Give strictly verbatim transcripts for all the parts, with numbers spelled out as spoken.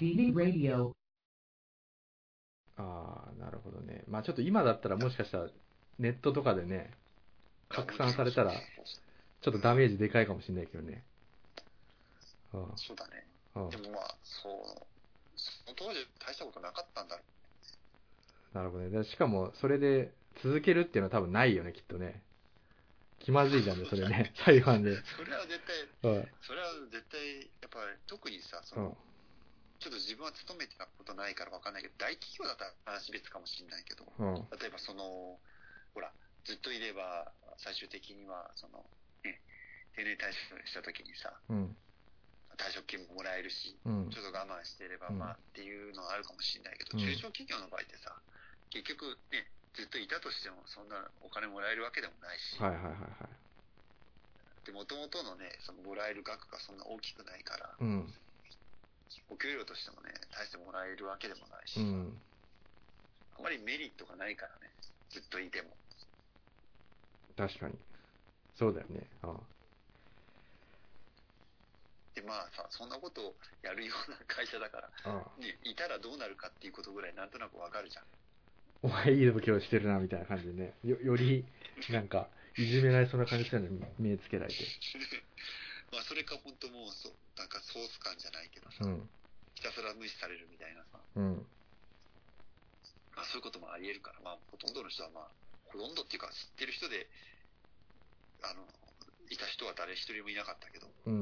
ディーディー Radio。 ああ、なるほどね。まあちょっと今だったらもしかしたらネットとかでね、拡散されたら、ちょっとダメージでかいかもしれないけどね。 うん、そうだね。うん、でもまあ、そう、その当時大したことなかったんだろう。なるほどね。でしかも、それで続けるっていうのは多分ないよね、きっとね。気まずいじゃんね、それね、裁判で。 それは絶対、うん、それは絶対、やっぱり特にさ、その、うん、ちょっと自分は勤めてたことないから分かんないけど、大企業だったら話別かもしれないけど、うん、例えばその、ほら、ずっといれば、最終的には、その、ね、定年退職した時にさ、うん、退職金ももらえるし、うん、ちょっと我慢していれば、まあ、っていうのはあるかもしれないけど、うん、中小企業の場合ってさ、結局ね、ずっといたとしても、そんなお金もらえるわけでもないし、 はいはいはいはい。 で、もともとのね、そのもらえる額がそんな大きくないから、うん、お給料としてもね、大してもらえるわけでもないし、うん、あまりメリットがないからね、ずっといても。 確かに。そうだよね。ああで、まあさ、そんなことをやるような会社だから、ああね、いたらどうなるかっていうことぐらいなんとなくわかるじゃん。 お前いい度胸してるな、みたいな感じでね。よ、より、なんか、いじめられそうな感じするのに目つけられて。 まあ、それか本当もうそ、なんかソース感じゃないけどさ、うん、ひたすら無視されるみたいなさ、うん、まあ、そういうこともあり得るから、まあ、ほとんどの人はまあ、ほとんどっていうか知ってる人で、あの、いた人は誰一人もいなかったけど。 うん。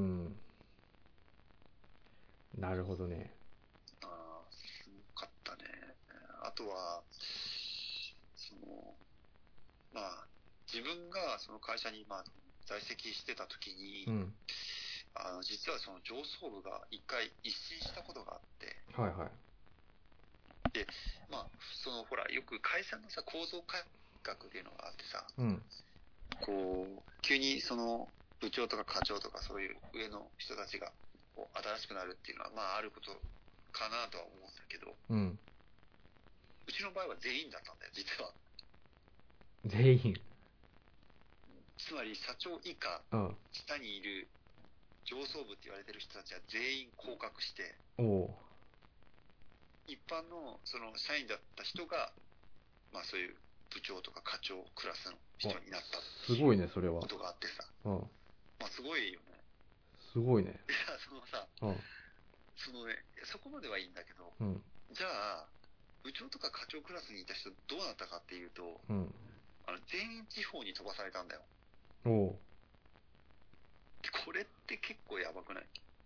なるほどね。 ああ、すごかったね。あとは、その、まあ、自分がその会社にまあ在籍してた時に、うん、あの実はその上層部が一回一新したことがあって、 はいはい。 で、まあ、そのほら、よく会社のさ、構造改革っていうのがあってさ、うん、こう、急にその部長とか課長とかそういう上の人たちがこう新しくなるっていうのは、まああることかなとは思うんだけど、うん、うちの場合は全員だったんだよ、実は。 全員。 つまり社長以下、下にいる上層部って言われてる人たちは全員降格して、お一般のその社員だった人が、まあそういう部長とか課長クラスの人になったっていうすごいね、それは。 ことがあってさ。まあすごいよね。 すごいね。 いや、そのさ、そのね、そこまではいいんだけど、うん、じゃあ、部長とか課長クラスにいた人どうなったかっていうと、うん、あの全員地方に飛ばされたんだよ。おう。これって結構やばくない？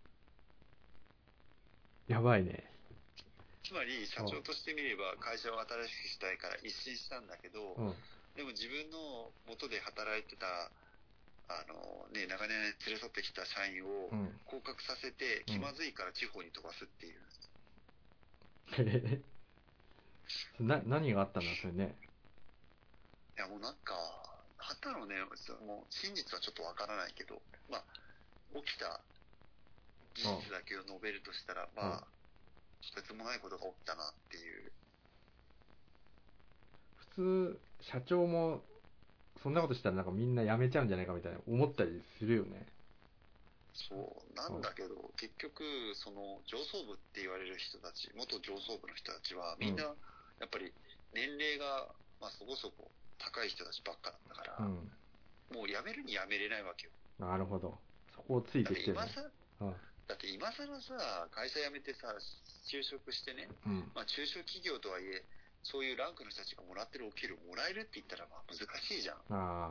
やばいね。 つまり社長としてみれば会社を新しくしたいから一新したんだけど、うん、でも自分の元で働いてたあの、ね、長年連れ添ってきた社員を降格させて気まずいから地方に飛ばすっていう、 うん、な何があったんだそれね。 いやもうなんかはたのね、もう真実はちょっとわからないけど、まあ起きた事実だけを述べるとしたら、まあとてつもないことが起きたなっていう。 普通社長もそんなことしたらなんかみんな辞めちゃうんじゃないかみたいな思ったりするよね。 そうなんだけど、結局その上層部って言われる人たち、元上層部の人たちはみんなやっぱり年齢がまあそこそこ高い人たちばっかだったから、うん、もう辞めるに辞めれないわけよ。 なるほど。そこをついてきてる、ね。 だって今さ、うん、だって今更さ、会社辞めてさ、就職してね、うん、まあ中小企業とはいえ、そういうランクの人たちがもらってるお給料もらえるって言ったらまあ難しいじゃん。あ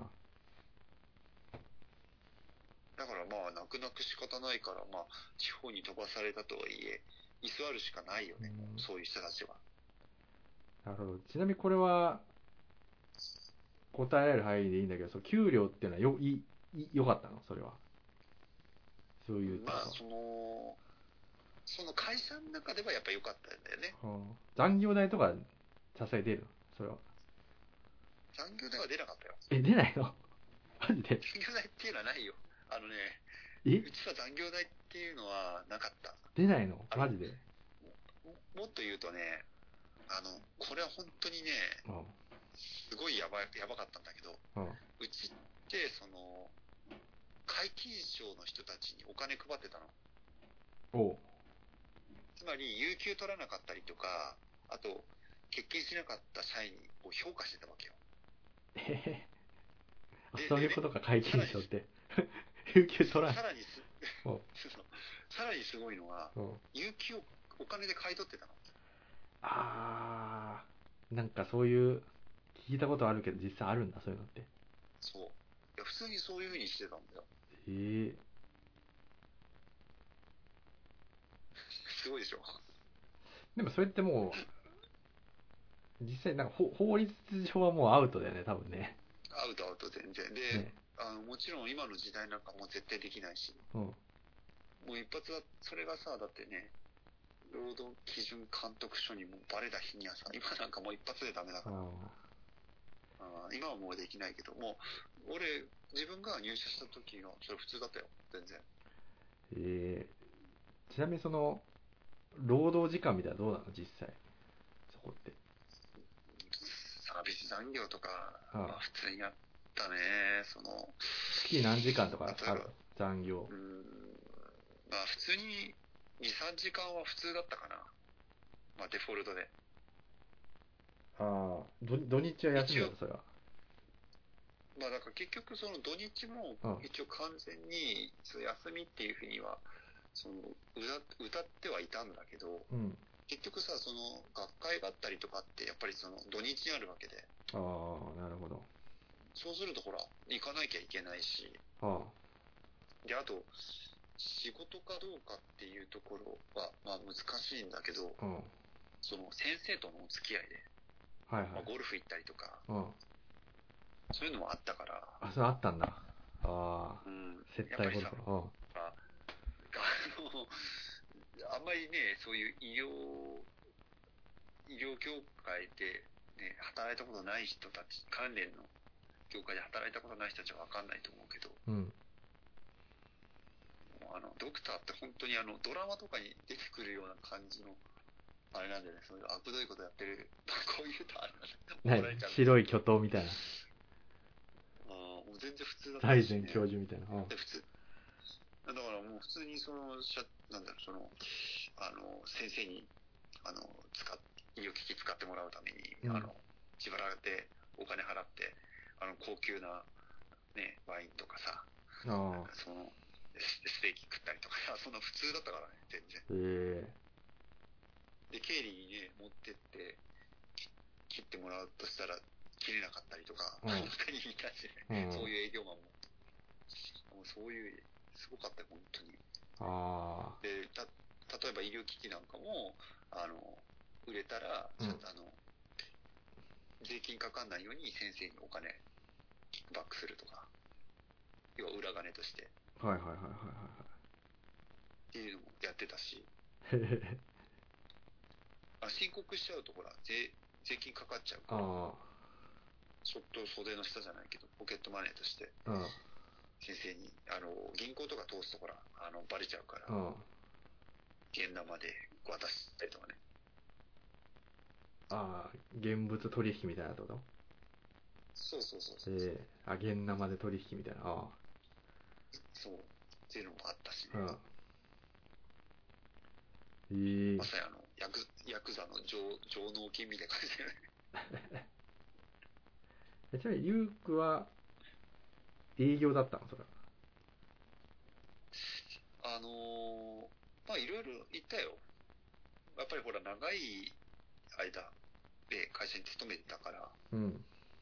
だからまあ泣く泣く仕方ないから、まあ地方に飛ばされたとはいえ、居座るしかないよね、うん、そういう人たちは。 なるほど。ちなみにこれは答えられる範囲でいいんだけど、その給料っていうのはよいい良かったのそれは。そういう。 まあそのその会社の中ではやっぱ良かったんだよね。 はあ、残業代とか支え出るそれは。 残業代は出なかったよ。 え、出ないのマジで。 残業代っていうのはないよ。あのね、えうちは残業代っていうのはなかった。 出ないのマジで。 も, もっと言うとね、あの、これは本当にね、ああすごいやばい、やばかったんだけど、ああうちってその、皆勤賞の人たちにお金配ってたの。おうつまり、有給取らなかったりとか、あと、欠勤しなかった社員を評価してたわけよ。 えー、そういうことか、皆勤賞って。有給取らん。 さらにす、さらにすごいのは、有給をお金で買い取ってたの。 あー、なんかそういう、聞いたことあるけど、実際あるんだ、そういうのって。 そう。いや、普通にそういう風にしてたんだよ。 えー、 すごいでしょ。 でもそれってもう、実際なんか法律上はもうアウトだよね、多分ね。 アウトアウト全然。で、ね、あのもちろん今の時代なんかもう絶対できないし、うん、もう一発は、それがさ、だってね、労働基準監督署にもバレた日にはさ、今なんかもう一発でダメだから。あ今はもうできないけど、もう、俺、自分が入社した時の、それ普通だったよ、全然。 えー、ちなみにその、労働時間みたいなのどうなの実際。そこって。 サービス残業とか、ああまあ普通にやったね、その。 月何時間とかある残業。 うん、まあ普通にに、さんじかんは普通だったかな。まあデフォルトで。 ああ、土日は休みだよ、それは。 まあだから結局その土日も一応完全にその休みっていうふうにはその歌ってはいたんだけど、うん、結局さ、その学会があったりとかってやっぱりその土日にあるわけで。 ああ、なるほど。 そうするとほら行かなきゃいけないし、ああであと仕事かどうかっていうところはまあ難しいんだけど、うん、その先生とのお付き合いで、はいはい、まあ、ゴルフ行ったりとか、うん、そういうのもあったから。 あ、それあったんだ。ああ、うん、接待ゴルフ。うん、 あのあんまりね、そういう医療医療業界で、ね、働いたことない人たち、関連の業界で働いたことない人たちは分かんないと思うけど、うん、もうあのドクターって本当にあのドラマとかに出てくるような感じのあれなんでね、そういうあくどいことやってる、こういうとあるなんだ、白い巨頭みたいな。 あもう全然普通だったし、 ね、財前教授みたいな。 で普通だからもう普通にそのなんだろうそのあの先生にあの使っ医療機器使ってもらうために、うん、あの自腹でお金払ってあの高級な、ね、ワインとかさ、あそのステーキ食ったりとかさ、そんな普通だったからね全然。へで経理にね持ってって切ってもらうとしたら切れなかったりとか、うん、他にいたし、ね、うん、そういう営業マンももうそういうすごかったよ本当に。あでた例えば医療機器なんかもあの売れたら、うん、あの税金かかんないように先生にお金キックバックするとか、要は裏金として、はいはいはいはいはいっていうのもやってたしあ申告しちゃうとほら 税, 税金かかっちゃうから、あちょっと袖の下じゃないけどポケットマネーとして先生にあの銀行とか通すとほらあのバレちゃうから現生で渡したりとかね。 ああ、現物取引みたいなってこと？ そうそうそうそう。 ええー、あ、現生で取引みたいな。ああ。 そうっていうのもあったしね。 ああ。ええー。 まさにあのヤクヤクザの上上納金みたいな感じでね。 ちなみにユークは営業だったのそれ？ あのー、まあいろいろ言ったよ。やっぱりほら長い間で会社に勤めてたから、うん、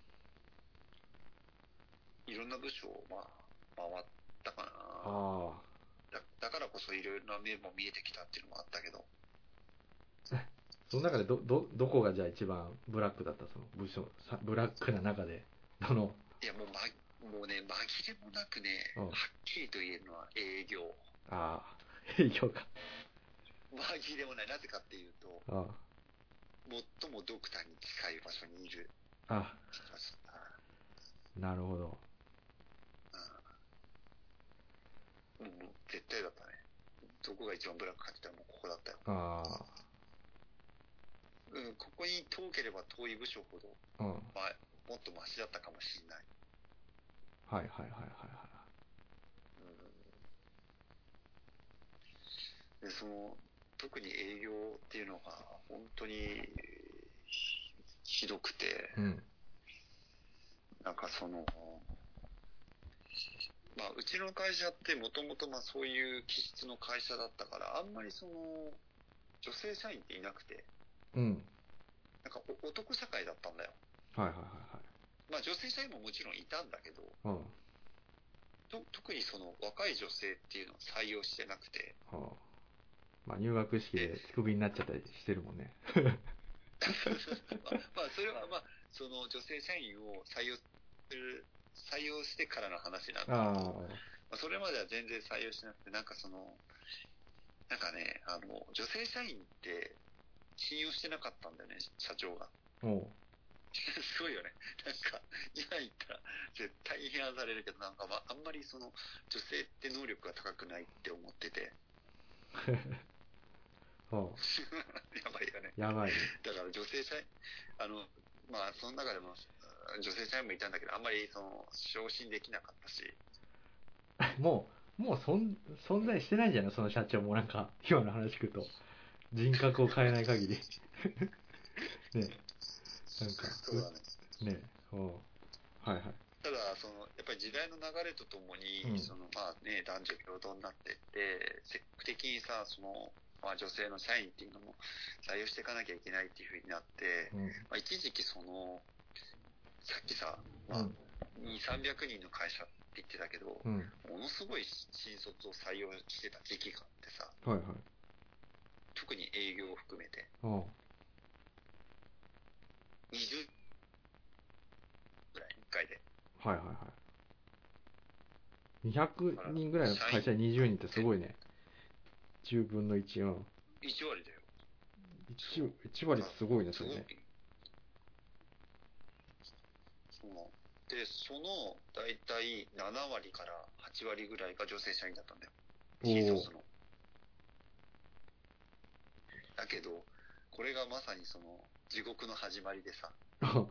いろんな部署をまあ回ったかな。あだだからこそいろいろな面も見えてきたっていうのもあったけど。 その中でどどどこがじゃあ一番ブラックだったその部署ブラックな中でどの？ いやもう、ま、もうね紛れもなくね、うん、はっきりと言えるのは営業。 ああ営業か。 紛れもない。なぜかっていうと、ああ最もドクターに近い場所にいる。ああなるほど。 うん、もう絶対だったね。どこが一番ブラックかって言ったらもうここだったよ。ああ。うん、ここに遠ければ遠い部署ほど、うん、まあ、もっとマシだったかもしれない。 はいはいはいはいはい。 うん、でその特に営業っていうのが本当にひどくて、うん、なんかその、まあ、うちの会社ってもともとまあそういう気質の会社だったから、あんまりその女性社員っていなくて、うん、なんか男社会だったんだよ。はいはいはいはい。まあ女性社員ももちろんいたんだけど、うん、と特にその若い女性っていうのを採用してなくて、はあ、 まあ入学式でクビになっちゃったりしてるもんね。 まあ、まあそれはまあその女性社員を採用する採用してからの話なんだけど、あ、まあ、それまでは全然採用しなくて、なんかそのなんかね、あの女性社員って信用してなかったんだよね、社長が。おすごいよね。なんか今言ったら絶対批判されるけど、なんか、まあ、あんまりその女性って能力が高くないって思ってて。 おやばいよね。 やばいね。 だから女性社員、あのまあその中でも女性社員もいたんだけど、あんまりその昇進できなかったし。 もうもうそん存在してないじゃない、その社長も。なんか今の話聞くと人格を変えない限りね、なんかそうだね。 ね、おはいはい。 ただそのやっぱり時代の流れとともに、うん、そのまあね、男女平等になっていって、積極的にさ、そのまあ、女性の社員っていうのも採用していかなきゃいけないっていうふうになって、うん、まあ、一時期そのさっきさ、まあ、うん、にひゃく、さんびゃくにんの会社って言ってたけど、うん、ものすごい新卒を採用してた時期があってさ、はいはい、特に営業を含めて、にじゅうぐらいいっかいで、 はいはいはい、にひゃくにんぐらいの会社ににじゅうにんってすごいね。じゅうぶんのいち、うん、 いち割だよ。 1, 1割すごいね、それね。 そうで、その大体なな割からはち割ぐらいが女性社員だったんだよ、新卒の。だけどこれがまさにその地獄の始まりでさ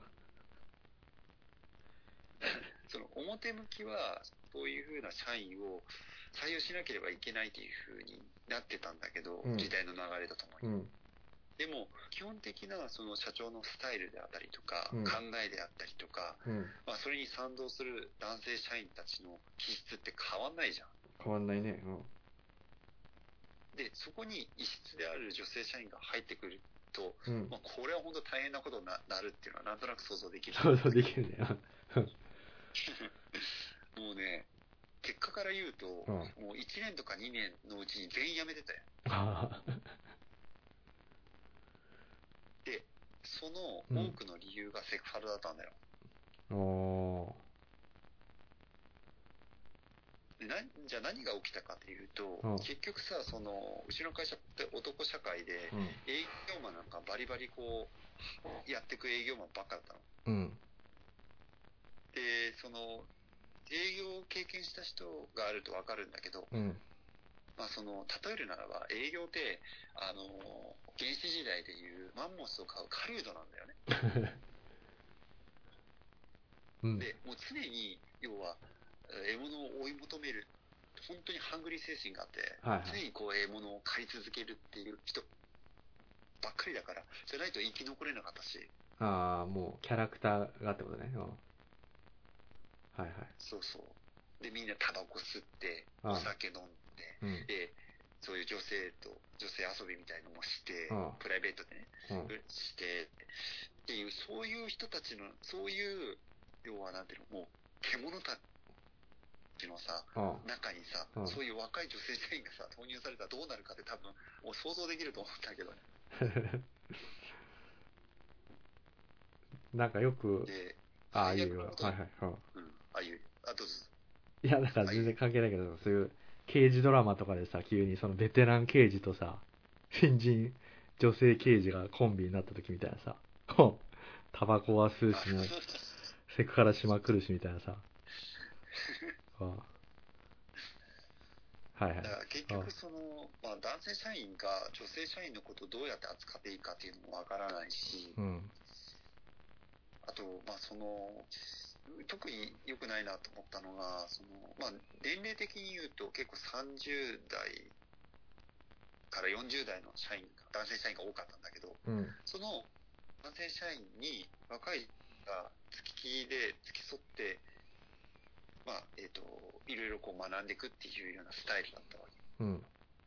その表向きはそういう風な社員を採用しなければいけないという風になってたんだけど、うん、時代の流れとともに、うん、でも基本的なその社長のスタイルであったりとか、うん、考えであったりとか、うん、まあ、それに賛同する男性社員たちの気質って変わんないじゃん。 変わんないね、うん、 でそこに異質である女性社員が入ってくると、うん、まあ、これは本当大変なことに な, なるっていうのはなんとなく想像できる。 想像できるねもうね、結果から言うと、うん、もういちねんとかにねんのうちに全員辞めてたよ。でその多くの理由がセクハラだったんだよ。うんでなじゃあ何が起きたかというと、うん、結局さ、そのうちの会社って男社会で、うん、営業マンなんかバリバリこうやっていく営業マンばっかだったの、うん、でその営業を経験した人があると分かるんだけど、うん、まあ、その例えるならば営業ってあの原始時代でいうマンモスを買う狩人なんだよね、うん、でもう常に要は獲物を追い求める本当にハングリー精神があって、はいはい、常にこう獲物を狩り続けるっていう人ばっかりだから、じゃないと生き残れなかったし。 ああ、もうキャラクターがってことね。うん、はいはい。 そうそう。でみんなタバコ吸ってお酒飲んで、うん、でそういう女性と女性遊びみたいのもして、プライベートでね、うん、してっていう、そういう人たちのそういう要はなんていうの、もう獣たちのさ、中にさ、そういう若い女性社員がさ投入されたらどうなるかって多分もう想像できると思うんだけどねなんかよくああいうはいはいはい、うん、 ああいうあといやだから全然関係ないけど、そういう刑事ドラマとかでさ、急にそのベテラン刑事とさ新人女性刑事がコンビになった時みたいなさ、タバコは吸うしもセクハラしまくるしみたいなさああ、はいはい、 だから結局その、まあ、男性社員が女性社員のことをどうやって扱っていいかっていうのもわからないし、うん、あと、まあ、その特に良くないなと思ったのが、その、まあ、年齢的に言うと結構さんじゅう代からよんじゅう代の社員、男性社員が多かったんだけど、 うん、 その男性社員に若いが付きで付き添って、まあ、えっと、いろいろこう学んでいくっていうようなスタイルだったわけ。 うん、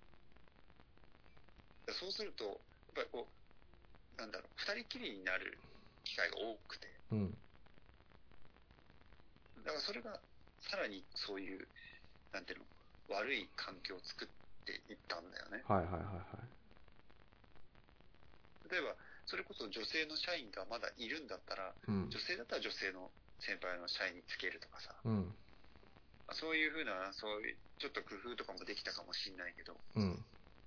そうすると、やっぱりこう、なんだろう、二人きりになる機会が多くて、 うん、 だからそれがさらにそういう、なんていうの、悪い環境を作っていったんだよね。 はいはいはいはい。 例えば、それこそ女性の社員がまだいるんだったら、 うん、 女性だったら女性の先輩の社員につけるとかさ、 うん、 そういうふうな、そういうちょっと工夫とかもできたかもしれないけど、 うん、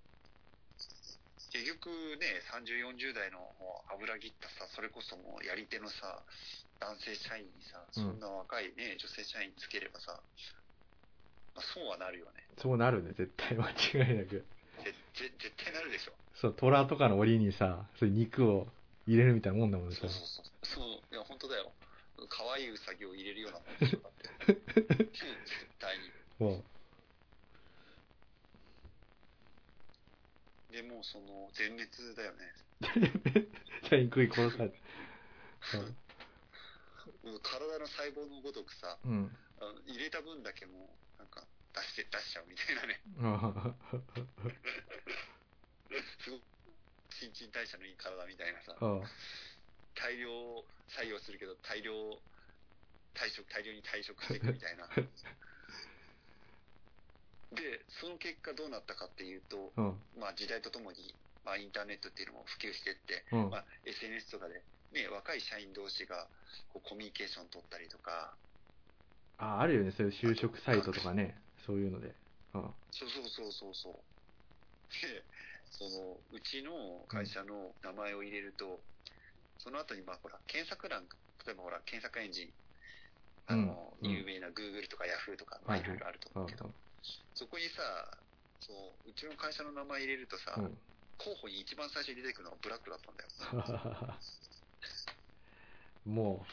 結局ね、さんじゅう、よんじゅう代のもう油切ったさ、それこそもうやり手のさ、男性社員にさ、そんな若いね、女性社員つければさ、まあ、そうはなるよね。 そうなるね、絶対間違いなく。 ぜぜ絶対なるでしょ。 そう、虎とかの檻にさ、そういう肉を入れるみたいなもんだもんね。 そうそうそう。そう、いや、本当だよ。可愛いウサギを入れるようなもんでしょ、だって。絶対に。 もでもうその、全滅だよね。 う、社員食い殺されて。 体の細胞のごとくさ、 うん、 あの入れた分だけもう、なんか、出して、出しちゃうみたいなね。すごく、新陳代謝のいい体みたいなさ、大量採用するけど、大量、退職、大量に退職していくみたいな。で、その結果どうなったかっていうと、 うん、 まあ時代とともに、まあインターネットっていうのも普及していって、 うん、 まあ エスエヌエス とかで、ね、若い社員同士がこうコミュニケーション取ったりとか。 あ、あるよね、そういう就職サイトとかね、そういうので。うん、 そうそうそうそうそう。で、その、うちの会社の名前を入れると、うん、その後にまあほら、検索欄、例えばほら、検索エンジン、あの、うん、有名な Google とか Yahoo とか、まあいろいろあると思うけど、はいはい、そこにさ、そう、うちの会社の名前入れるとさ、うん、候補に一番最初に出てくるのがブラックだったんだよ。 も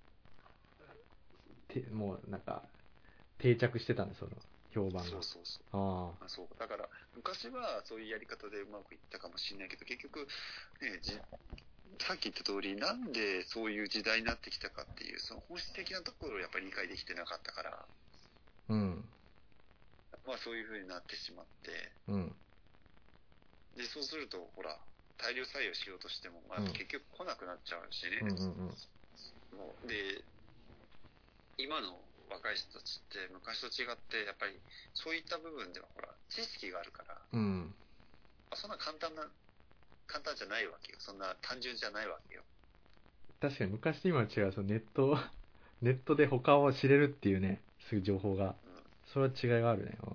う、てもうなんか、定着してたんだ、その評判が。 そうそうそう。ああそうだから、昔はそういうやり方でうまくいったかもしれないけど、結局、ね、じさっき言った通り、なんでそういう時代になってきたかっていう、その本質的なところをやっぱり理解できてなかったから、 うん。 まあそういう風になってしまって、 うん。 で、そうすると、ほら、大量採用しようとしても、まあ、結局来なくなっちゃうしね。 うんうんうん、 もうで、今の若い人たちって昔と違って、やっぱりそういった部分では、ほら、知識があるから、 うん、 まあ、そんな簡単な、簡単じゃないわけよ。そんな単純じゃないわけよ。 確かに昔と今は違う、そのネット、ネットで他を知れるっていうね、すぐ情報が。うん、それは違いがあるね。うん、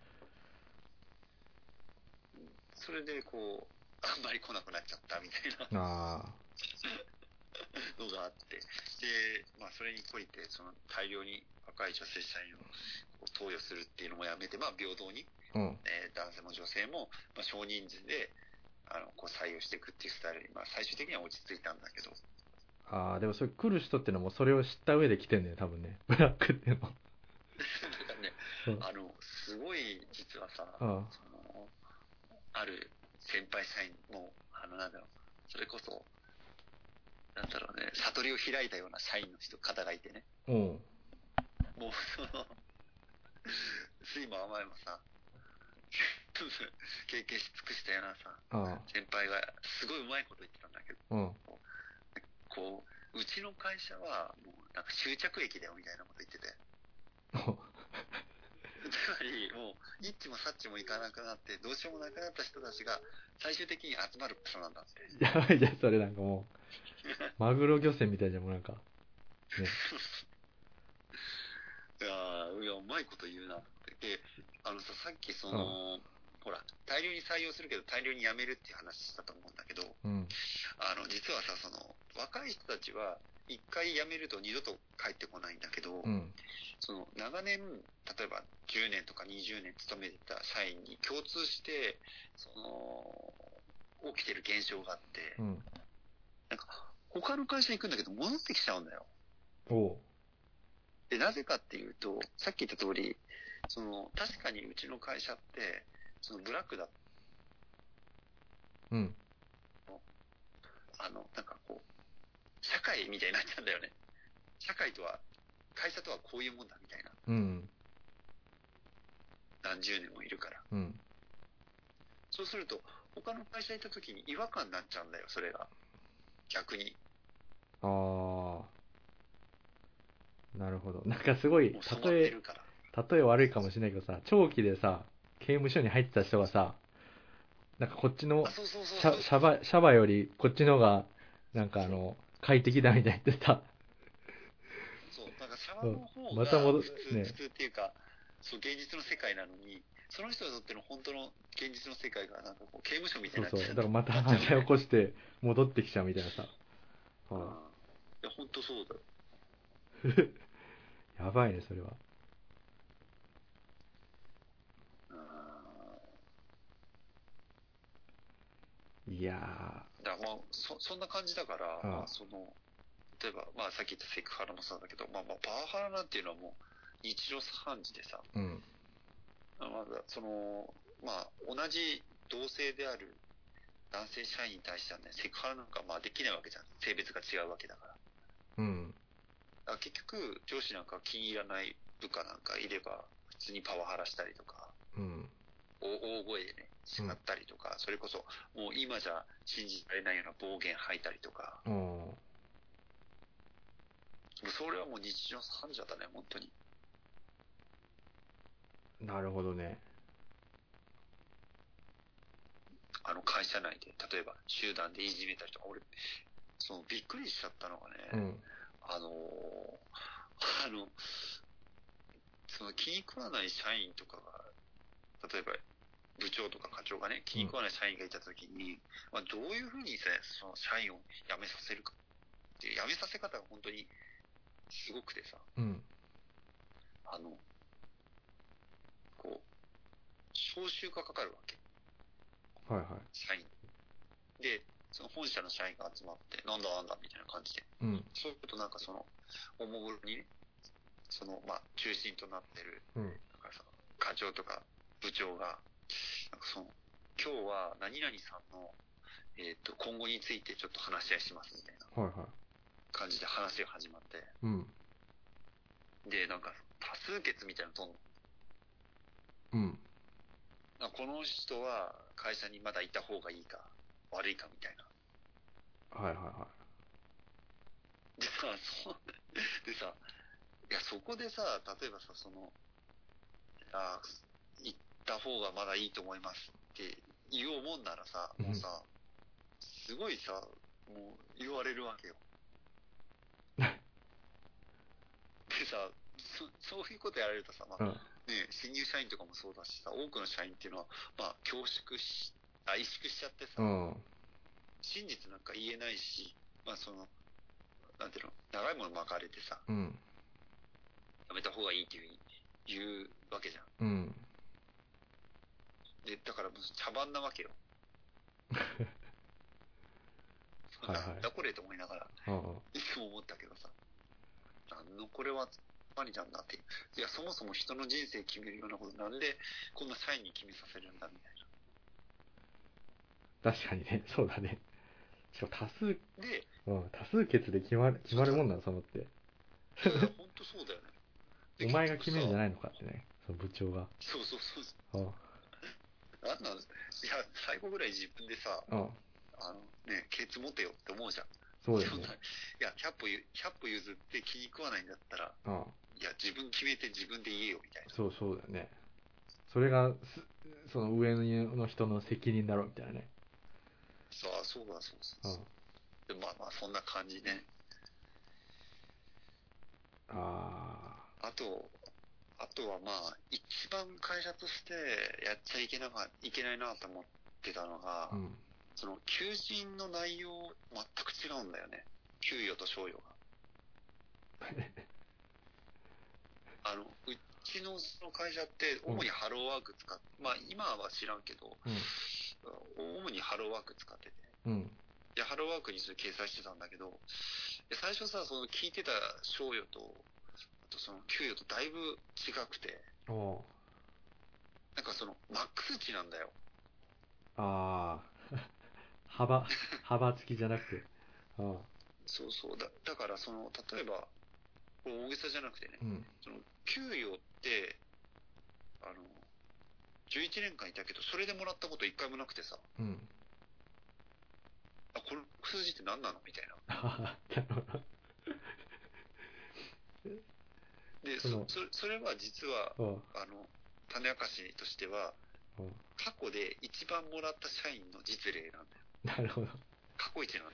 それでこう、あんまり来なくなっちゃったみたいなあのがあって、で、まあそれに懲りて、その大量に若い女性社員をこう投与するっていうのもやめて、まあ平等に、 うん、 えー、男性も女性も、まあ、少人数で、あの、こう採用していくっていうスタイルに、まあ最終的には落ち着いたんだけど。 ああ、でもそれ来る人ってのもそれを知った上で来てんだよ、多分ね。ブラックっていうの。 だからね、あの、すごい実はさ、 ああその、ある先輩社員も、あの、なんだろう、それこそ、なんだろうね、悟りを開いたような社員の人、方がいてね。 うん。 もう、その、酸いも甘いもさ、経験し尽くしたようなさ、 ああ先輩がすごいうまいこと言ってたんだけど、 うん、 こう、うちの会社は、もう、なんか終着駅だよみたいなこと言ってて。つまり、もう、イッチもサッチもいかなくなって、どうしようもなくなった人たちが、最終的に集まる場所なんだって。 やばいじゃん、それなんかもう。マグロ漁船みたいじゃん、もうなんか。ね。 いやー、いや、うまいこと言うなって。で、あのさ、さっきその、うん、ほら、大量に採用するけど大量に辞めるっていう話したと思うんだけど、 うん、 あの、実はさ、その、若い人たちは、一回辞めると二度と帰ってこないんだけど、 うん、 その、長年、例えばじゅうねんとかにじゅうねん勤めてた社員に共通して、その、起きてる現象があって、 うん、 なんか、他の会社行くんだけど戻ってきちゃうんだよ。 おう。 で、なぜかっていうと、さっき言った通り、その、確かにうちの会社って、そのブラックだっうん。 あの、なんかこう、社会みたいになっちゃうんだよね。社会とは、会社とはこういうもんだみたいな。 うん。 何十年もいるから。 うん。 そうすると、他の会社行った時に違和感になっちゃうんだよ、それが。逆に。 ああ。なるほど。なんかすごい、例え、例え悪いかもしれないけどさ、長期でさ、刑務所に入ってた人がさ、なんかこっちのシャシャバ、シャバよりこっちのが、なんかあの、快適だみたいに言ってた。 そう、なんかシャバの方また戻が普通、 ね、 普通っていうか、そう、現実の世界なのに、その人にとっての本当の現実の世界がなんかこう刑務所みたいになっちゃう。 そうそう。だからまた犯罪起こして戻ってきちゃうみたいなさ。 うん。いや、本当そうだよ。 やばいね、それは。いやー。 だからまあ、そ、そんな感じだから、 ああまあ、その、例えば、まあ、さっき言ったセクハラもそうだけど、まあまあ、パワハラなんていうのはもう、日常茶飯事でさ、 うん。 まだ、その、まあ、同じ同性である男性社員に対してはね、セクハラなんかまあできないわけじゃん。性別が違うわけだから。 うん。 だから結局、上司なんか気に入らない部下なんかいれば、普通にパワハラしたりとか、 うん。 大声でね、叱ったりとか、うん、それこそ、もう今じゃ信じられないような暴言吐いたりとか、 うん。 それはもう日常茶飯事だね、本当に。 なるほどね。 あの会社内で、例えば集団でいじめたりとか、俺、そのびっくりしちゃったのがね、 うん、 あの、あの、その気に食わない社員とかが、例えば部長とか課長がね、気に食わない社員がいたときに、うん、まあ、どういうふうにさ、その社員を辞めさせるかっていう、辞めさせ方が本当にすごくてさ、 うん、 あの、こう、招集がかかるわけ。 はいはい。 社員。で、その本社の社員が集まって、なんだなんだみたいな感じで。 うん。 そういうことなんかその、おもむろにね、その、まあ、中心となってる、 うん、 なんかその課長とか部長が、なんかその、今日は何々さんの、えっと、今後についてちょっと話し合いしますみたいな感じで話が始まって、 うん、 で、なんか多数決みたいなのとんの。 うん。 この人は会社にまだいた方がいいか、悪いかみたいな。 はいはいはい。でさ、そう、でさ、いや、そこでさ、例えばさ、その、あ行った方がまだいいと思いますって言おうもんならさ、もうさ、すごいさ、もう言われるわけよ。でさ、そ、そういうことやられるとさ、まあ、うん、ね、新入社員とかもそうだしさ、多くの社員っていうのは、まあ、恐縮し、あ、萎縮しちゃってさ、うん、真実なんか言えないし、まあその、なんていうの、長いもの巻かれてさ、うん、やめた方がいいっていう言うわけじゃん。うん。で、だからもう茶番なわけよ。はいはい、なんだこれと思いながら、いつも思ったけどさ、なんのこれは何なんだって。いや、そもそも人の人生決めるようなことなんで、こんな社員に決めさせるんだみたいな。確かにね、そうだね。しかも多数、で、うん、多数決で決まる、決まるもんなの、そのって。いや、本当そうだよね。 お前が決めるんじゃないのかってね、その部長が。 そうそうそうそう。ああなんなんいや、最後ぐらい自分でさ、ああのね、ケツ持てよって思うじゃん。 そうだよね。 いや、ひゃっぽ、ひゃっぽ譲って気に食わないんだったら、ああいや、自分決めて自分で言えよみたいな。 そうそうだよね。それが、その上の人の責任だろみたいなね。 そう、そうだ、そうそうそう。でまあまあ、そんな感じね。ああ。あと、あとはまあ、一番会社としてやっちゃいけなかいけないなと思ってたのが、うん、その求人の内容全く違うんだよね。給与と賞与が。あの、うちのその会社って主にハローワーク使って、うん、まあ今は知らんけど、うん、主にハローワーク使ってて、うん、で、ハローワークにそれ掲載してたんだけど、最初さ、その聞いてた賞与と、あとその給与とだいぶ違くて、なんかそのマックス値なんだよ。 ああ。 幅、幅付きじゃなくて。ああ。 そうそう。だ、だからその、例えば、大げさじゃなくてね、うん、その、給与って、あの、じゅういちねんかんいたけど、それでもらったこと一回もなくてさ、うん、あ、この数字って何なのみたいな。で、そ、そ、それは実は、あの、種明かしとしては、過去で一番もらった社員の実例なんだよ。 なるほど。 過去一なんだよ。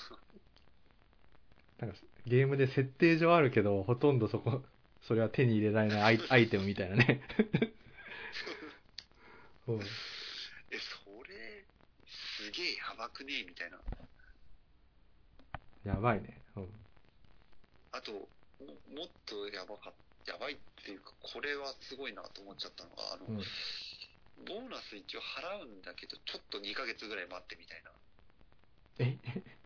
なんかゲームで設定上あるけど、ほとんどそこ、それは手に入れられないアイ、アイテムみたいなね。 うん、え、それ、すげえやばくねえみたいな。 やばいね。うん。 あと、も、もっとやばかっやばいっていうか、これはすごいなと思っちゃったのが、あの、うん、ボーナス一応払うんだけど、ちょっとにかげつぐらい待ってみたいな。 え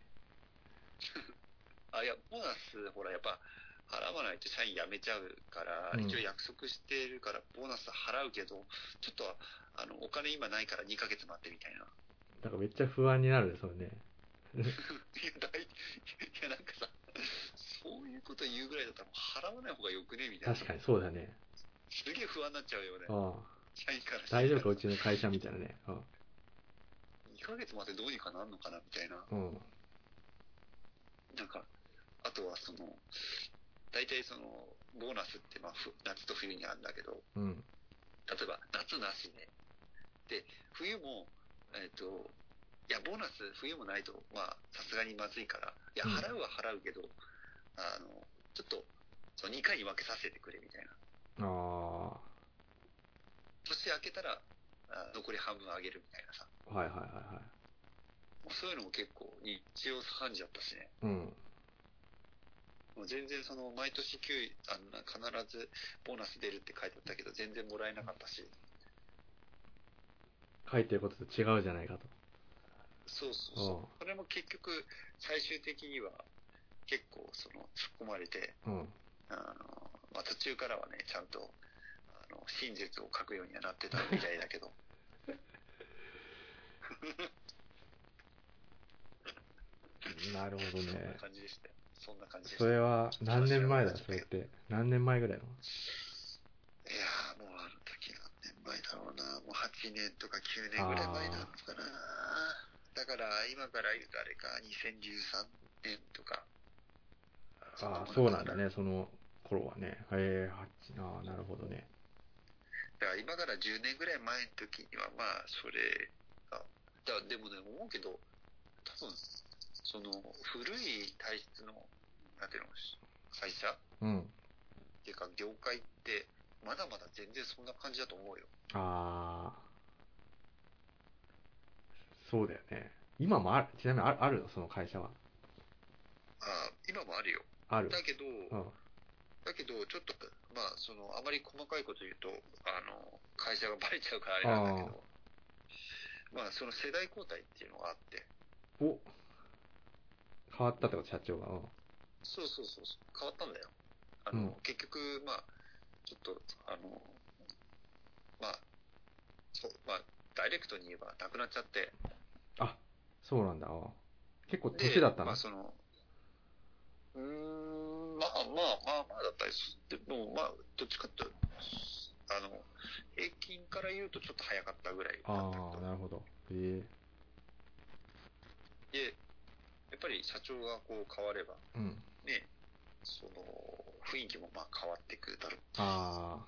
あ、いや、ボーナス、ほら、やっぱ、払わないと社員辞めちゃうから、うん、一応約束してるから、ボーナス払うけど、ちょっと、あの、お金今ないからにかげつ待ってみたいな。 なんかめっちゃ不安になるね、それね。 いや、大いや、なんかさ、そういうこと言うぐらいだったら、払わない方がよくねみたいな。 確かにそうだね。 すげえ不安になっちゃうよね。 ああ。 社員から大丈夫か、うちの会社みたいなね。ああ、 にかげつまでどうにかなんのかなみたいな。 うん。 なんか、あとはその、大体その、ボーナスって、まあ、夏と冬にあるんだけど、うん、例えば、夏なしで、で、冬も、えっと、いや、ボーナス冬もないと、まあ、さすがにまずいから、いや、払うは払うけど、うん、あの、ちょっと、そのにかいに分けさせてくれみたいな。ああ。年明けたら、残り半分あげるみたいなさ。 はいはいはいはい。 そういうのも結構日常茶飯事だったしね。うん。もう全然その毎年給あんな必ずボーナス出るって書いてあったけど全然もらえなかったし。 書いてることと違うじゃないかと。 そうそうそう。それも結局最終的には結構その突っ込まれて、うん、あのまあ、途中からはねちゃんとあの真実を書くようにはなってたみたいだけど。 なるほどね。 そんな感じでしたよ。そんな感じでした。 それは何年前だ、それって。何年前ぐらいの？いやー、もうあの時何年前だろうな。もうはちねんとかきゅうねんぐらい前なのかな。だから今から言うとあれか、にせんじゅうさんねんとか。 ああ、そうなんだね、その頃はね。へえ、はち、ああ、なるほどね。 だから今からじゅうねんぐらい前の時には、まあ、それが、だでもね、思うけど、多分、その、古い体質の、なんていうの、会社、うん、っていうか、業界って、まだまだ全然そんな感じだと思うよ。ああ。 そうだよね。今もある、ちなみにある、あるのその会社は。 ああ、今もあるよ。 ある。 だけど、うん、だけど、ちょっと、まあ、その、あまり細かいこと言うと、あの、会社がバレちゃうからあれなんだけど、まあ、その世代交代っていうのがあって。お、 変わったってこと、社長が。うん、 そうそうそう、変わったんだよ。あの、うん、結局、まあ、ちょっと、あの、まあ、そう、まあ、ダイレクトに言えばなくなっちゃって。 あ、そうなんだ。結構年だったの？ まあ、その、うーん、まあまあまあまあだったりする。でも、まあ、どっちかっていうと、あの、平均から言うとちょっと早かったぐらいだったけど。 ああ、なるほど。へえ。で、やっぱり社長がこう変われば、うん、ね、その、雰囲気もまあ変わってくるだろう。ああ。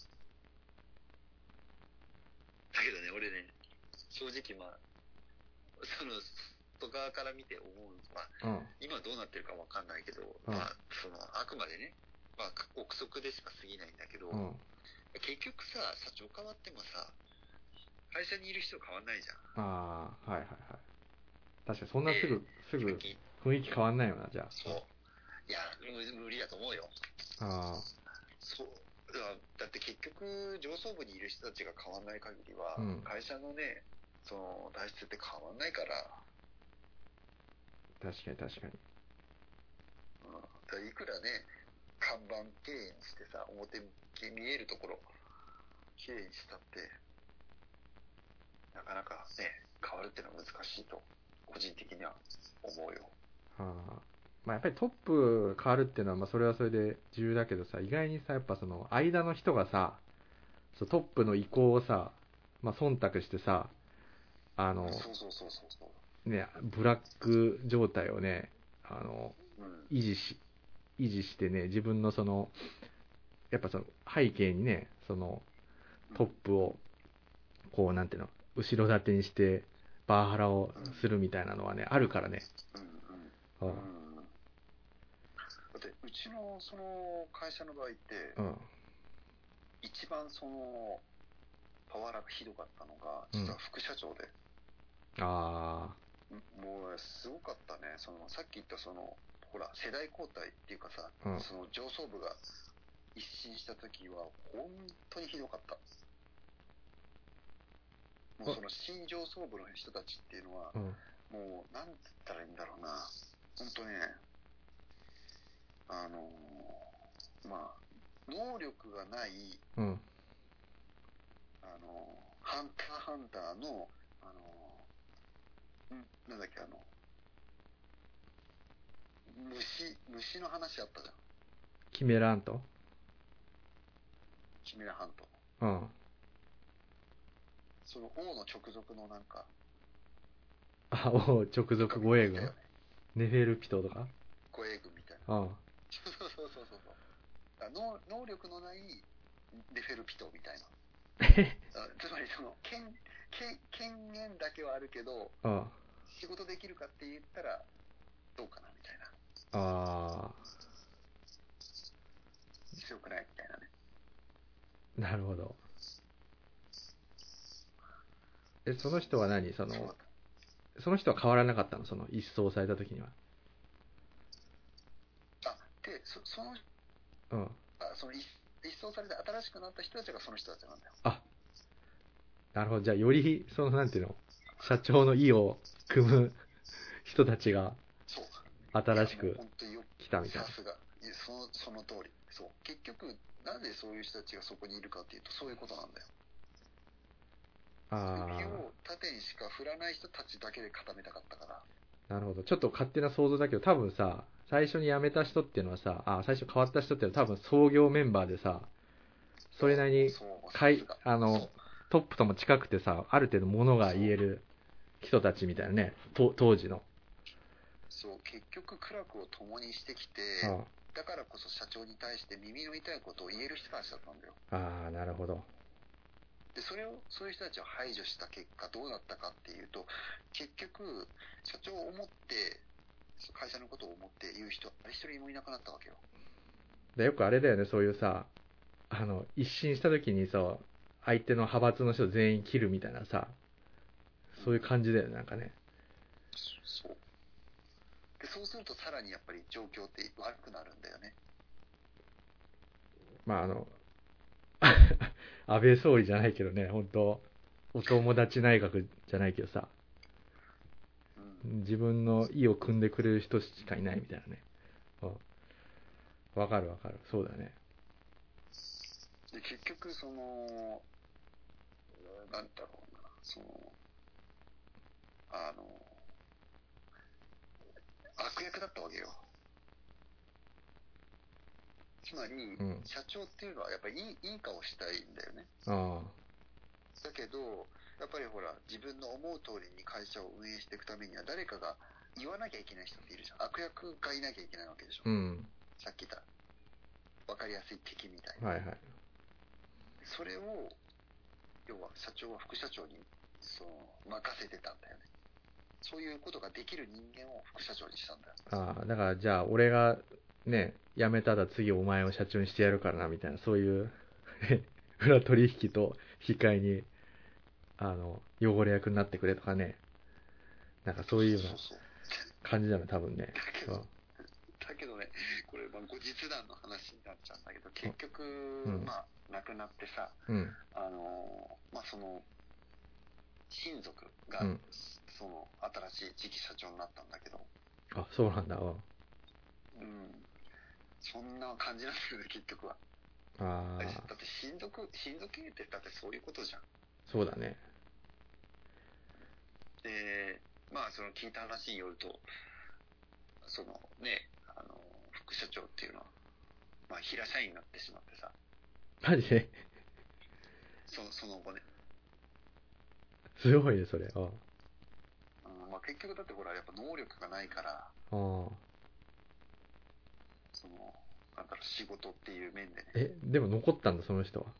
だけどね、俺ね、正直まあ、その、外側から見て思う、まあ、うん、今どうなってるかわかんないけど、うん、まあ、その、あくまでね、まあ、憶測でしか過ぎないんだけど、うん、結局さ、社長変わってもさ、会社にいる人変わんないじゃん。 ああ、はいはいはい。確かにそんなすぐ、すぐ雰囲気変わんないよな、じゃあ。 そう。いや、無理だと思うよ。ああ。そう。だって結局、上層部にいる人たちが変わんない限りは、うん、会社のね、その、体質って変わんないから。 確かに確かに。 うん、だからいくらね、看板経営にしてさ、表に見えるところ、経営にしたって、なかなかね、変わるっていうのは難しいと個人的には思うよ。 はあ、まあ、やっぱりトップ変わるっていうのは、まあ、それはそれで重要だけどさ、意外にさ、やっぱその間の人がさ、そうトップの意向をさ、まあ、忖度してさ、あの、 そうそうそうそうそうね、ブラック状態をね、あの、 うん、 維持し、維持してね、自分のその、やっぱその背景にね、そのトップを、こう、なんていうの、後ろ盾にして、パワハラをするみたいなのはね、あるからね。 うんうんうん、だってうちのその会社の場合って、うん、一番そのパワハラがひどかったのが実は副社長で、 うん、ああもうすごかったね。そのさっき言ったそのほら世代交代っていうかさ、うん、その上層部が一新した時は本当にひどかった。もうその新上層部の人たちっていうのは、うん、もうなんつったらいいんだろうな、本当ね、あのー、まあ能力がない、うん、あのー、ハンターハンターのあのー、なんだっけあの虫虫の話あったじゃん。 キメラハント。 キメラハント。 うん。 その王の直属のなんか。 あ、王直属護衛軍、ね、ネフェルピトとか護衛軍みたいな。 ああ。 そうそうそうそうそう。能能力のないネフェルピトみたいな。つまりその権権権限だけはあるけど、ああ、仕事できるかって言ったらどうかなみたいな。 ああ。 強くないみたいなね。 なるほど。え、その人は何その、そ, その人は変わらなかったのその一掃された時には。 あ、で、そ, その、うん。あ、その一一掃されて新しくなった人たちがその人たちなんだよ。 あ、なるほど。じゃあよりそのなんていうの、社長の意を組む人たちが新しく来たみたいな。 さすが。そのその通り。そう。結局なぜそういう人たちがそこにいるかっていうとそういうことなんだよ。 ああ。 首を縦にしか振らない人たちだけで固めたかったから。 なるほど。ちょっと勝手な想像だけど、多分さ、最初に辞めた人っていうのはさ、あ、最初変わった人っていうのは多分創業メンバーでさ、それなりにかいあのトップとも近くてさ、ある程度物が言える人たちみたいなね、と当時の。 そう、結局苦楽を共にしてきて、ああ、だからこそ社長に対して耳の痛いことを言える人たちだったんだよ。 ああ、なるほど。 でそれをそういう人たちを排除した結果どうなったかっていうと、結局社長を思って会社のことを思って言う人誰一人もいなくなったわけよ。 でよくあれだよね、そういうさ、あの一新した時にさ、相手の派閥の人全員切るみたいなさ、そういう感じだよね、なんかね。 そうでそうするとさらにやっぱり状況って悪くなるんだよね。 まああの安倍総理じゃないけどね、本当お友達内閣じゃないけどさ、うん、自分の意を組んでくれる人しかいないみたいなね。わかるわかる、そうだね。 で結局そのなんだろうな、そのあの悪役だったわけよ。つまり、うん、社長っていうのはやっぱりいい、いい顔したいんだよね。ああ。だけどやっぱりほら自分の思う通りに会社を運営していくためには誰かが言わなきゃいけない人っているじゃん。悪役がいなきゃいけないわけでしょ。うん、さっき言った分かりやすい敵みたいな。はいはい。それを要は社長は副社長にそう任せてたんだよね。そういうことができる人間を副社長にしたんだよ。 ああ、だからじゃあ俺がね辞めたら次お前を社長にしてやるからなみたいな、そういう裏取引と引き換えにあの汚れ役になってくれとかね、なんかそういうような感じなの多分ね。 だけどね、これまあ後日談の話になっちゃうんだけど、結局、うん、まあ亡くなってさ、うん、あのまあその親族が、うん、その新しい次期社長になったんだけど。 あ、そうなんだ。うん。 そんな感じなんですよね、結局は。ああ。だって親族、親族系ってだってそういうことじゃん。 そうだね。 で、 まあその聞いた話によると、そのね、あの副社長っていうのは、まあ平社員になってしまってさ。 マジでそその後ね。 すごいね、それ。ああ。 うん、まあ結局だってほら、やっぱ能力がないから、ああ。その、なんだろう、仕事っていう面でね。 え、でも残ったんだ、その人は。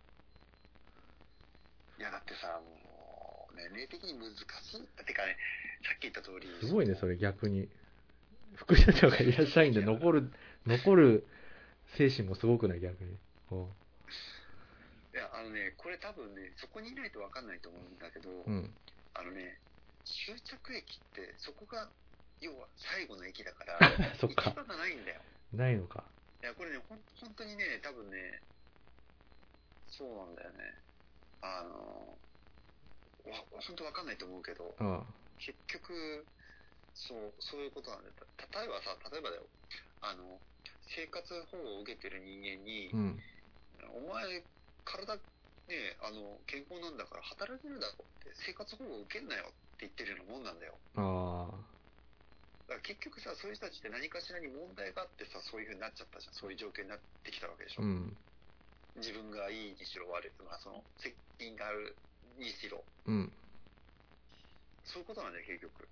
いや、だってさ、もう、年齢的に難しい。てかね、さっき言った通り。 すごいね、それ逆に。副社長がいらっしゃいんで残る、残る精神もすごくない、逆に。うん。 いや、あのね、これ多分ね、そこにいないと分かんないと思うんだけど、 うん、 あのね、終着駅って、そこが、要は最後の駅だから、 そっか。 行き場がないんだよ。 ないのか。 いや、これね、ほん、本当にね、多分ね、そうなんだよね。あの、わ、本当分かんないと思うけど、 うん、 結局、そう、そういうことなんだよ。た例えばさ、例えばだよ、あの、生活保護を受けてる人間に、 うん、 お前、体、ね、あの、健康なんだから働けるだろって、生活保護を受けんなよって言ってるようなもんなんだよ。 ああ。 だから結局さ、そういう人たちって何かしらに問題があってさ、そういう風になっちゃったじゃん。そういう状況になってきたわけでしょ。 うん。 自分がいいにしろ悪い、まあその、責任があるにしろ。 うん。 そういうことなんだよ、結局。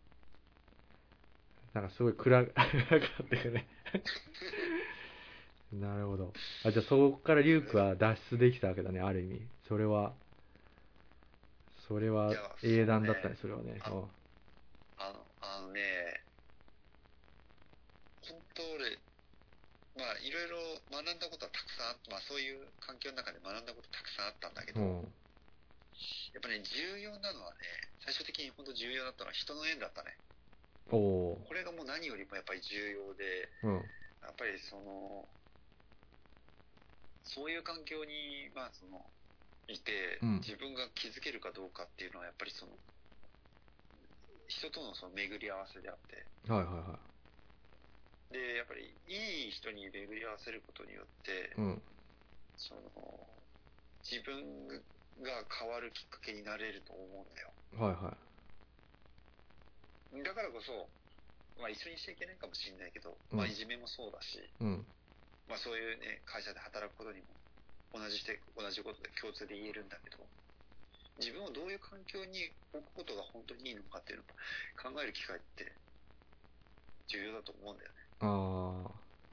なんかすごい暗かったよね。なるほど。あ、じゃあそこからリュウクは脱出できたわけだね、ある意味。それは、それは英断だったね、それはね。 あの、あの、あのね、本当俺、まあいろいろ学んだことはたくさんあって、まあそういう環境の中で学んだことたくさんあったんだけど、うん、やっぱね、重要なのはね、最終的に本当重要だったのは人の縁だったね。おこれがもう何よりもやっぱり重要で、うん、やっぱりその、そういう環境に、まあその、いて、うん、自分が気づけるかどうかっていうのはやっぱりその、人とのその巡り合わせであって、はいはいはい。で、やっぱりいい人に巡り合わせることによって、うん、その、自分が変わるきっかけになれると思うんだよ。はいはい。だからこそ、まあ一緒にしちゃいけないかもしれないけど、うん、まあいじめもそうだし、うん、まあそういうね、会社で働くことにも同じして、同じことで共通で言えるんだけど、自分をどういう環境に置くことが本当にいいのかっていうのを考える機会って重要だと思うんだよね。あ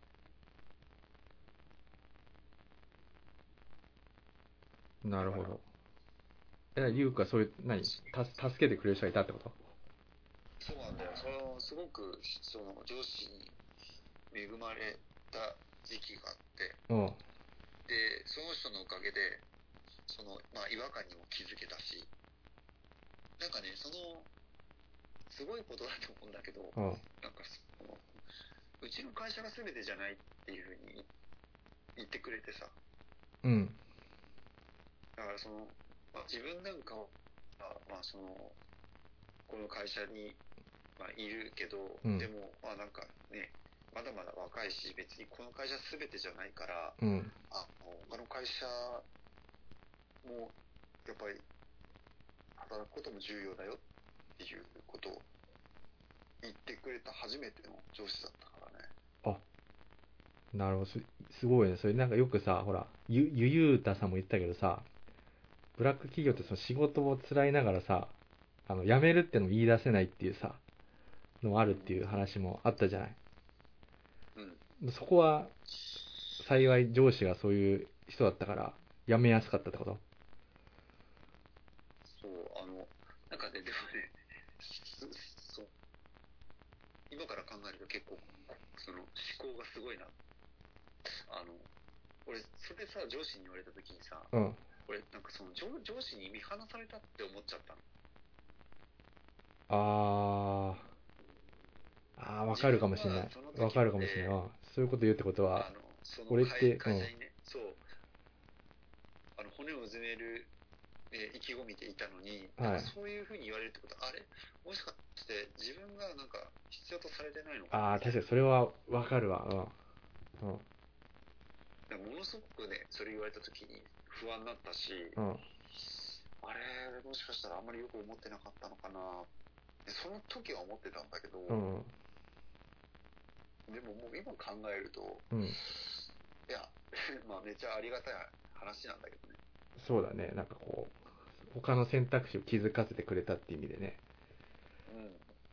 あ。なるほど。え、リュウクはそういう、何た、助けてくれる人がいたってこと？そうなんだよ。その、すごく、その、上司に恵まれた時期があって、うん、で、その人のおかげで、その、まあ、違和感にも気づけたし、なんかね、その、すごいことだと思うんだけど、うん、なんかその、うちの会社が全てじゃないっていうふうに言ってくれてさ、うん。だからその、まあ、自分なんかは、まあその、この会社に、まあ、いるけど、うん、でも、まあなんかね、まだまだ若いし、別にこの会社全てじゃないから、うん、あ、他の会社も、やっぱり、働くことも重要だよっていうことを言ってくれた初めての上司だったからね。あ、なるほど。す、すごいね。それなんかよくさ、ほら、ゆ、ゆゆうたさんも言ったけどさ、ブラック企業ってその仕事を辛いながらさ、あの、辞めるってのも言い出せないっていうさ、のもあるっていう話もあったじゃない。うん。そこは、幸い上司がそういう人だったから、辞めやすかったってこと？そう、あの、なんかね、でもね、そう、今から考えると結構、その、思考がすごいな。あの、俺、それさ、上司に言われた時にさ、うん。俺、なんかその上、上司に見放されたって思っちゃったの。あー、あー、わかるかもしれない。わかるかもしれない。そういうこと言うってことは、俺って、会社にね、うん、そう、あの、骨をうずめる、えー、意気込みでいたのに、はい、そういうふうに言われるってことは、あれもしかして自分がなんか必要とされてないのかな。ああ、確かにそれはわかるわ。うん。うん。ものすごくね、それ言われた時に不安になったし、うん、あれ、もしかしたらあんまりよく思ってなかったのかなっその時は思ってたんだけど、 うん、 でももう今考えると、 うん、 いや、まあめっちゃありがたい話なんだけどね。 そうだね。なんかこう他の選択肢を気づかせてくれたって意味でね。 うん。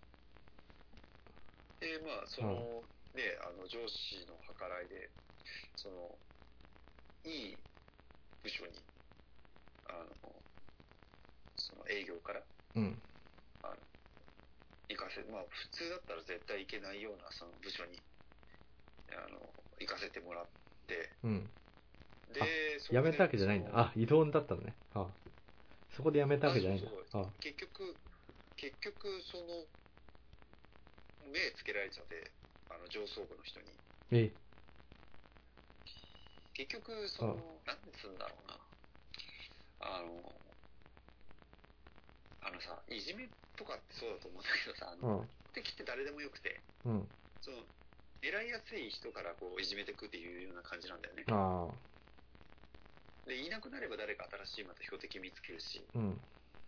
で、まあその、うん、ね、あの上司の計らいで、そのいい部署にあのその営業から、 うん、 あの行かせ、まあ普通だったら絶対行けないようなその部署にあの行かせてもらって、 うん、 で辞めたわけじゃないんだ。あ、異動だったのね。あ、そこで辞めたわけじゃないんだ。 そうそう、あ、結局結局その目つけられちゃって、あの上層部の人に。 え結局その何つうんだろうな、あのあのさ、いじめとかってそうだと思うんだけどさ、あの、敵って誰でもよくて、うん、その狙いやすい人からこういじめていくっていうような感じなんだよね。あで、いなくなれば誰か新しいまた標的見つけるし、うん、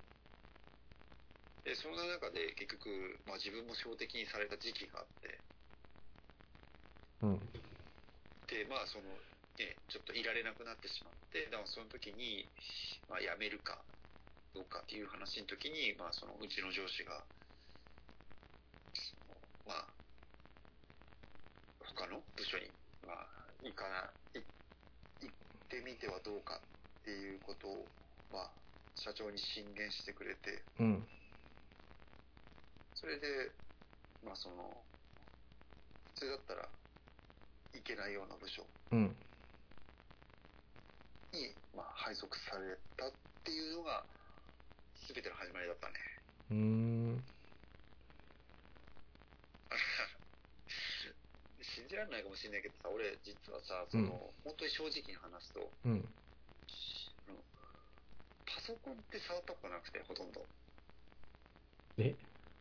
でその中で結局、まあ、自分も標的にされた時期があって、うん、でまあそのねちょっといられなくなってしまって、だからその時に、まあ、辞めるかどうかっていう話の時に、まあ、そのうちの上司がまあ他の部署に、まあ、行かない行ってみてはどうかっていうことを、まあ、社長に進言してくれて、うん、それでまあその普通だったら行けないような部署に、まあ、配属されたっていうのが全ての始まりだったね。うーん信じられないかもしれないけどさ、俺実はさ、その、うん、本当に正直に話すと、うん、パソコンって触ったことなくて、ほとんど。え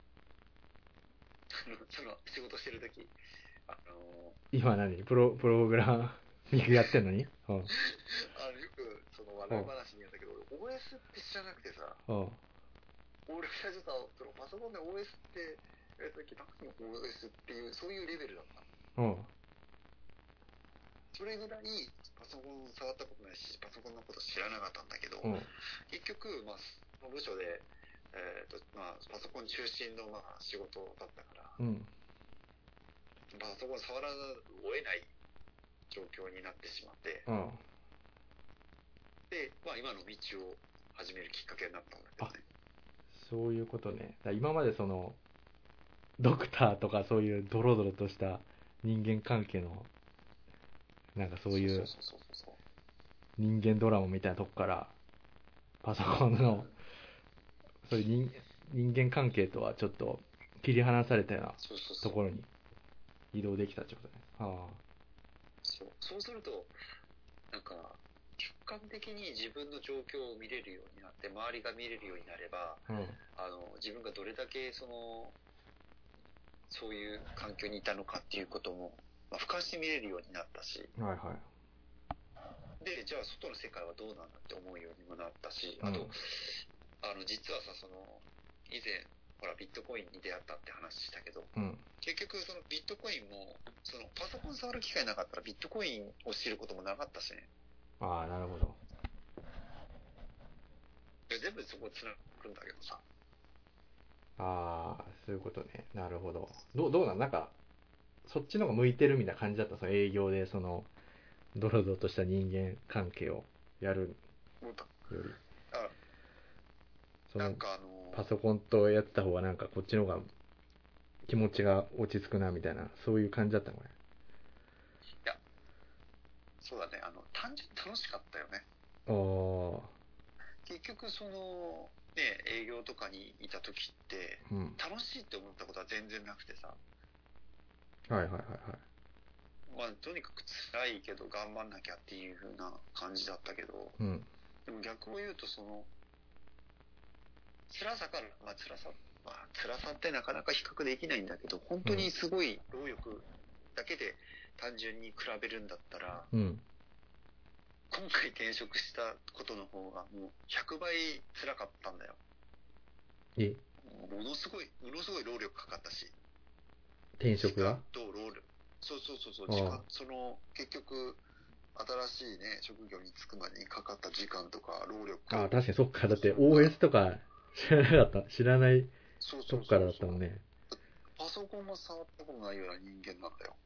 その仕事してるとき、あのー、 今何プロプログラミングやってんのにあのよくその笑い話にやったけど、俺 オーエス って知らなくてさ、俺最初さ、そのパソコンで オーエス ってやった時、何の オーエス っていうそういうレベルだったの。それぐらいパソコン触ったことないし、パソコンのこと知らなかったんだけど、結局、まあ、その部署で、えーとまあ、パソコン中心の、まあ、仕事だったから、うん、パソコン触らざるを得ない状況になってしまって、うん、で、まあ、今の道を始めるきっかけになったんだけどね。 そういうことね。だ今までそのドクターとかそういうドロドロとした人間関係のなんかそういう人間ドラマみたいなとこからパソコンのそういう 人, 人間関係とはちょっと切り離されたようなところに移動できたってことね。ああ、 そう、そうするとなんか客観的に自分の状況を見れるようになって、周りが見れるようになれば、うん、あの自分がどれだけそのそういう環境にいたのかっていうことも、まあ、俯瞰して見れるようになったし、はいはい、でじゃあ外の世界はどうなんだって思うようにもなったし、あと、うん、あの実はさ、その以前ほらビットコインに出会ったって話したけど、うん、結局そのビットコインもそのパソコン触る機会なかったらビットコインを知ることもなかったしね。 ああ、なるほど。 全部そこつながるんだけどさ。 ああ、そういうことね。なるほど。どう、どうなんなんか、そっちの方が向いてるみたいな感じだった、その営業で、その、ドロドロとした人間関係をやるより。あそのなんかあのー、パソコンとやってた方がなんかこっちの方が気持ちが落ち着くなみたいな、そういう感じだったのかね。 いや、そうだね。あの、単純に楽しかったよね。 ああ。 結局その、ね、営業とかにいた時って、うん、楽しいって思ったことは全然なくてさ。 はいはいはいはい。 まあ、とにかく辛いけど頑張んなきゃっていう風な感じだったけど、うん、でも逆を言うとその辛さから、まあ辛さ、まあ辛さってなかなか比較できないんだけど、本当にすごい労力だけで単純に比べるんだったら、うん、今回転職したことの方がもうひゃくばい辛かったんだよ。 えものすごい、ものすごい労力かかったし。 転職がと労力。そうそうそうそう、時間、その、結局、新しいね、職業に就くまでにかかった時間とか、労力。 ああ、確かにそっか。だって オーエス とか知らなかった。知らないとこからだったもんね。 パソコンも触ったことないような人間なんだよ。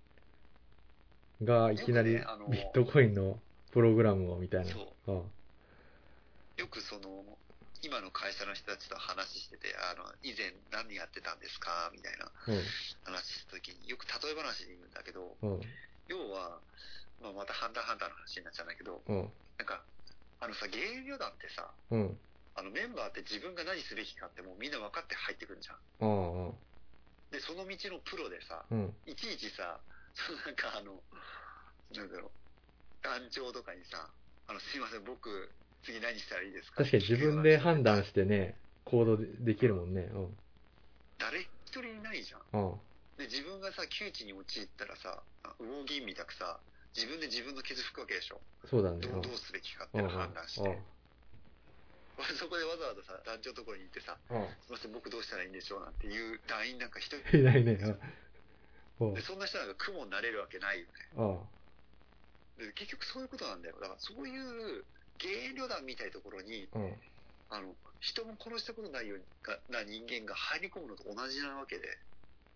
が、いきなりビットコインのプログラムをみたいな。 そう。ああよくその、今の会社の人たちと話してて、あの、以前何やってたんですかみたいな話したときに、よく例え話で言うんだけど、うん、要は、まあ、またハンターハンターの話になっちゃうんだけど、うん、なんか、あのさ、芸旅団ってさ、うん、あのメンバーって自分が何すべきかってもうみんな分かって入ってくるじゃん。うんうん、で、その道のプロでさ、うん、いちいちさ、そのなんかあの、なんだろう、団長とかにさ、あの、すいません、僕、次何したらいいですか？ 確かに自分で判断してね、行動できるもんね。うん、 誰一人いないじゃん。うん、で、自分がさ、窮地に陥ったらさ、魚銀みたくさ、自分で自分の傷拭くわけでしょ。 そうだね。 どう、どうすべきかっていうのを判断して。そこでわざわざさ、団長のところに行ってさ、すいません、僕どうしたらいいんでしょうなんていう団員なんか一人いないね。 で、そんな人なんか雲になれるわけないよね。で、結局そういうことなんだよ。だからそういう芸旅団みたいなところに、うん、あの、人も殺したことないような人間が入り込むのと同じなわけで。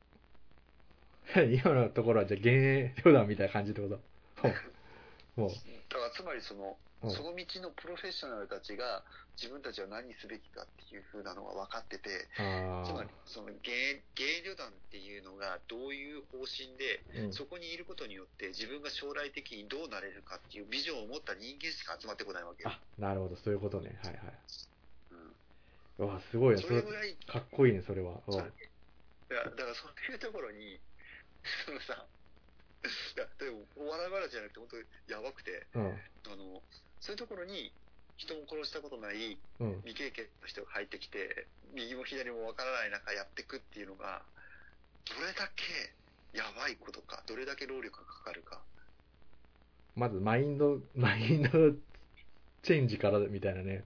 今のところはじゃあ芸旅団みたいな感じってこともう。だからつまりその、その道のプロフェッショナルたちが自分たちは何すべきかっていう風なのが分かってて、つまりその芸、芸旅団っていうのがどういう方針で、うん、そこにいることによって自分が将来的にどうなれるかっていうビジョンを持った人間しか集まってこないわけよ。 あ、なるほど、そういうことね。はいはい。うん、うわ、すごいね。それぐらいかっこいいね、それは。 それいや、だからそういうところに、そのさ、いや、でも、お笑い話じゃなくて、本当にやばくて、うん、あの、そういうところに、人も殺したことない未経験の人が入ってきて、うん、右も左もわからない中やっていくっていうのが、どれだけやばいことか、どれだけ労力がかかるか。 まず、マインド、マインドチェンジからみたいなね。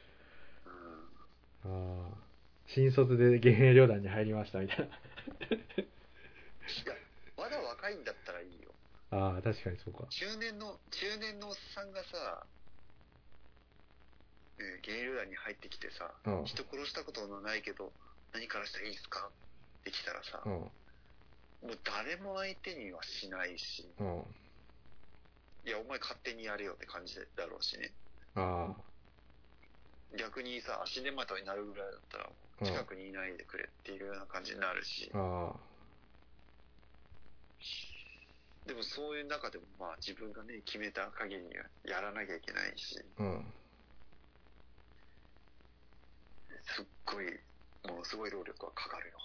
うん、ああ。新卒で芸旅団に入りましたみたいな。いや、まだ若いんだったらいいよ。 ああ、確かにそうか。 中年の、中年のおっさんがさ、えー、芸旅団に入ってきてさ、うん、人殺したことのないけど、何からしたらいいですかってきたらさ、うん、もう誰も相手にはしないし、うん、いや、お前勝手にやれよって感じだろうしね。ああ。逆にさ、足手まといになるぐらいだったら、近くにいないでくれっていうような感じになるし。ああ。でもそういう中でもまあ自分がね、決めた限りにはやらなきゃいけないし。うん。すっごい、ものすごい労力がかかるよ。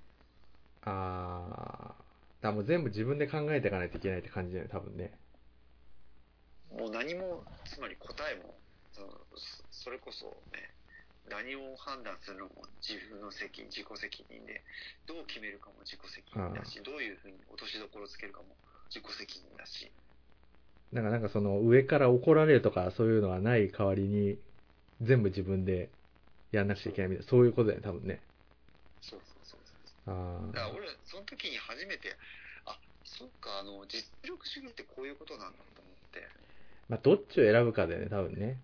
ああ。だからもう全部自分で考えていかないといけないって感じだよね、多分ね。 もう何も、つまり答えも、そのそれこそね、何を判断するのも自分の責任、自己責任で、どう決めるかも自己責任だし、どういうふうに落としどころをつけるかも自己責任だし。 なんかなんかその上から怒られるとかそういうのがない代わりに、全部自分でやんなくちゃいけないみたいな、そういうことだよね、多分ね。 そうそうそうそう。あだから俺、その時に初めて、あ、そっか、あの、実力主義ってこういうことなんだと思って。 まあ、どっちを選ぶかだよね、多分ね。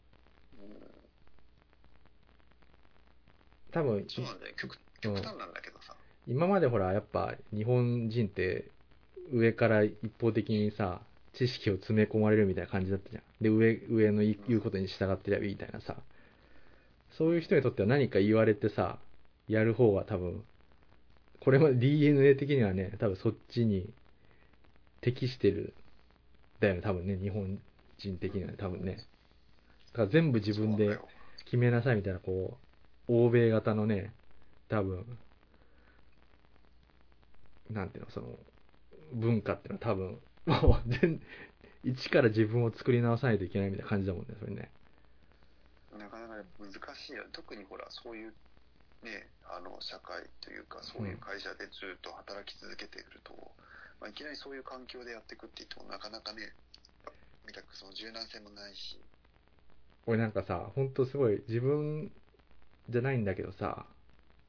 多分そうなんだよ、極、極端なんだけどさ、 うん、今までほらやっぱ日本人って上から一方的にさ知識を詰め込まれるみたいな感じだったじゃん。で上上の言うことに従ってりゃいいみたいなさ、そういう人にとっては何か言われてさやる方が多分これまで ディーエヌエー 的にはね多分そっちに適してるだよね、多分ね、日本人的にはね、多分ね。だから全部自分で決めなさいみたいな、こう欧米型のね、多分、なんていうの、その、文化っていうのは多分、もう全、一から自分を作り直さないといけないみたいな感じだもんね、それね。 なかなか難しいよ。特にほら、そういう、ね、あの、社会というか、そういう会社でずっと働き続けていると、うん、まあ、いきなりそういう環境でやっていくって言っても、なかなかね、みたくその柔軟性もないし。 俺なんかさ、ほんとすごい自分、じゃないんだけどさ、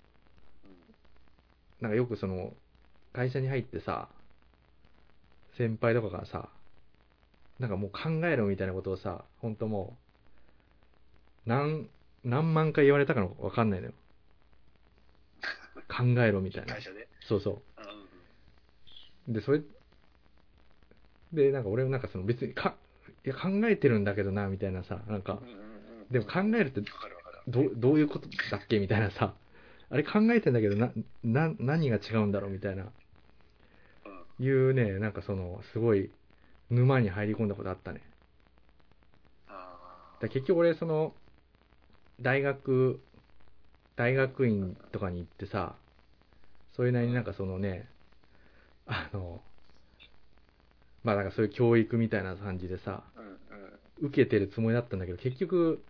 なんかよくその会社に入ってさ、先輩とかからさ、なんかもう考えろみたいなことをさ、ほんともう何何万回言われたかのわかんないのよ。考えろみたいな。 会社で。 そうそう。 うん、 でそれでなんか俺もなんかその別にかいや考えてるんだけどなみたいなさ、なんか、 うんうんうん、 でも考えるってどどういうことだっけみたいなさ、あれ考えてんだけどなな何が違うんだろうみたいな、うん、いうね、なんかそのすごい沼に入り込んだことあったね。 あだ結局俺その大学大学院とかに行ってさ、それなりになんかそのね、あのまあなんかそういう教育みたいな感じでさ、 うんうん、 受けてるつもりだったんだけど、結局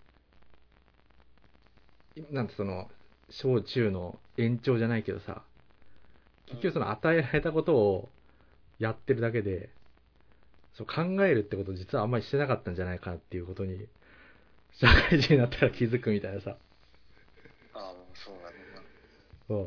なんてその小中の延長じゃないけどさ、結局その与えられたことをやってるだけで、そう考えるってことを実はあんまりしてなかったんじゃないかなっていうことに社会人になったら気づくみたいなさ。 ああ、そうなんだ。 そう。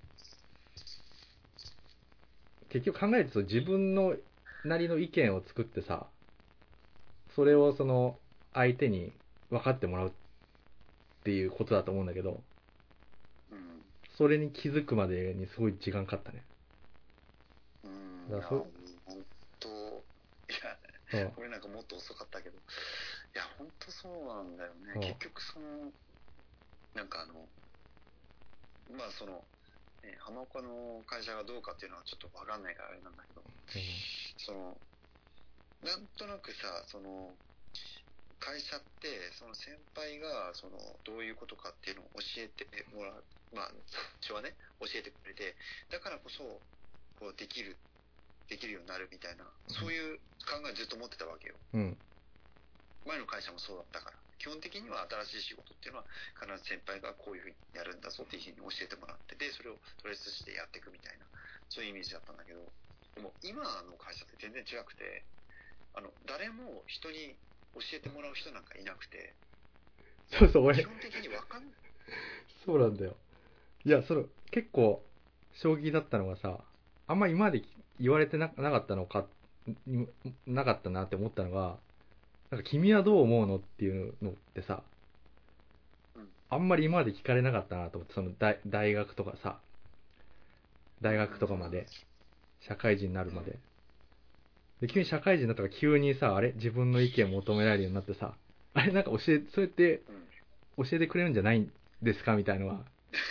結局考えると自分のなりの意見を作ってさ、それをその相手に分かってもらうっていうことだと思うんだけど、 うん、 それに気づくまでにすごい時間かかったね。 うん、 だからそ本当、いや、俺なんかもっと遅かったけど、いや、本当そうなんだよね。結局その、なんかあの、まあその、ね、浜岡の会社がどうかっていうのはちょっとわかんないからあれなんだけど、うん、その、なんとなくさ、その、会社ってその先輩がそのどういうことかっていうのを教えてもらう、まあ最初はね教えてくれて、だからこそこうできるできるようになるみたいな、そういう考えずっと持ってたわけよ、うん、前の会社もそうだったから、基本的には新しい仕事っていうのは必ず先輩がこういうふうにやるんだぞっていうふうに教えてもらってで、それをトレースしてやっていくみたいな、そういうイメージだったんだけど、でも今の会社って全然違くて、あの誰も人に教えてもらう人なんかいなくて、 そうそう、俺基本的に分かんそうなんだよ。いや、それ結構衝撃だったのがさ、あんま今まで言われてななかったのかなかったなって思ったのが、なんか君はどう思うのっていうのってさ、うん、あんまり今まで聞かれなかったなと思って、その 大, 大学とかさ、大学とかまで社会人になるまで、で急に社会人になったから急にさ、あれ自分の意見を求められるようになってさ、あれなんか教えそうやって教えてくれるんじゃないんですかみたいなのは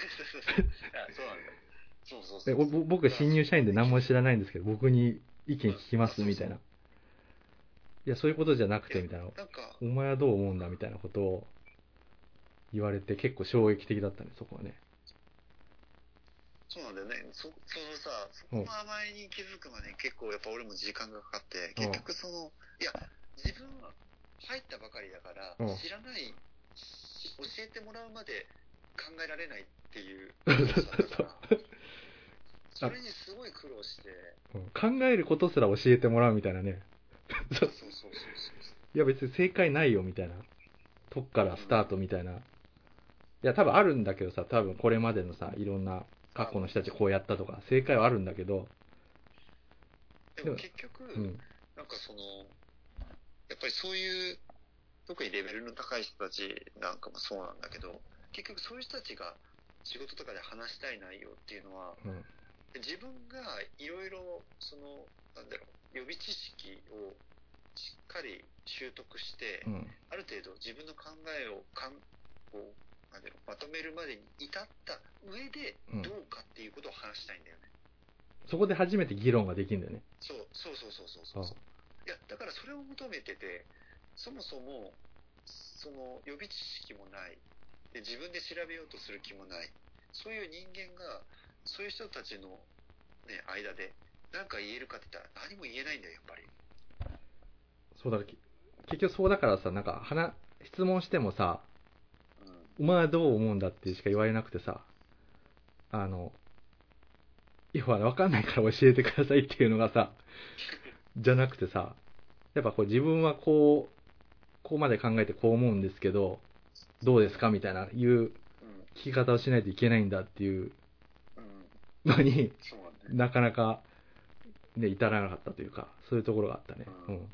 そうそうそうそう、僕新入社員で何も知らないんですけど僕に意見聞きますみたいな、いやそういうことじゃなくてみたいな、お前はどう思うんだみたいなことを言われて結構衝撃的だったね、そこはね。そうなんだよね。そ, そのさ、そこの甘えに気づくまで結構やっぱ俺も時間がかかって、結局その、いや、自分は入ったばかりだから、知らない、教えてもらうまで考えられないっていうそれにすごい苦労して。考えることすら教えてもらうみたいなね。そうそうそうそう。いや別に正解ないよみたいな。とこからスタートみたいな。いや多分あるんだけどさ、多分これまでのさ、いろんな過去の人たちこうやったとか正解はあるんだけど、でも結局、うん、なんかそのやっぱりそういう特にレベルの高い人たちなんかもそうなんだけど、結局そういう人たちが仕事とかで話したい内容っていうのは、うん、自分がいろいろそのなんだろう予備知識をしっかり習得して、うん、ある程度自分の考えをかんこうなんだろうまとめるまでに至った上でどうかっていうことを話したいんだよね、うん、そこで初めて議論ができるんだよね。そうそうそうそうそうそう。いやだからそれを求めてて、そもそもその予備知識もないで自分で調べようとする気もない、そういう人間がそういう人たちの、ね、間で何か言えるかって言ったら何も言えないんだよやっぱり。そうだ、結局そうだからさ、なんか話質問してもさ、うん、お前はどう思うんだってしか言われなくてさ、あの要は分かんないから教えてくださいっていうのがさじゃなくてさ、やっぱこう自分はこうここまで考えてこう思うんですけどどうですかみたいないう聞き方をしないといけないんだっていうのに、 そうなんだよ。 なかなか、ね、至らなかったというか、そういうところがあったね。 ううんん。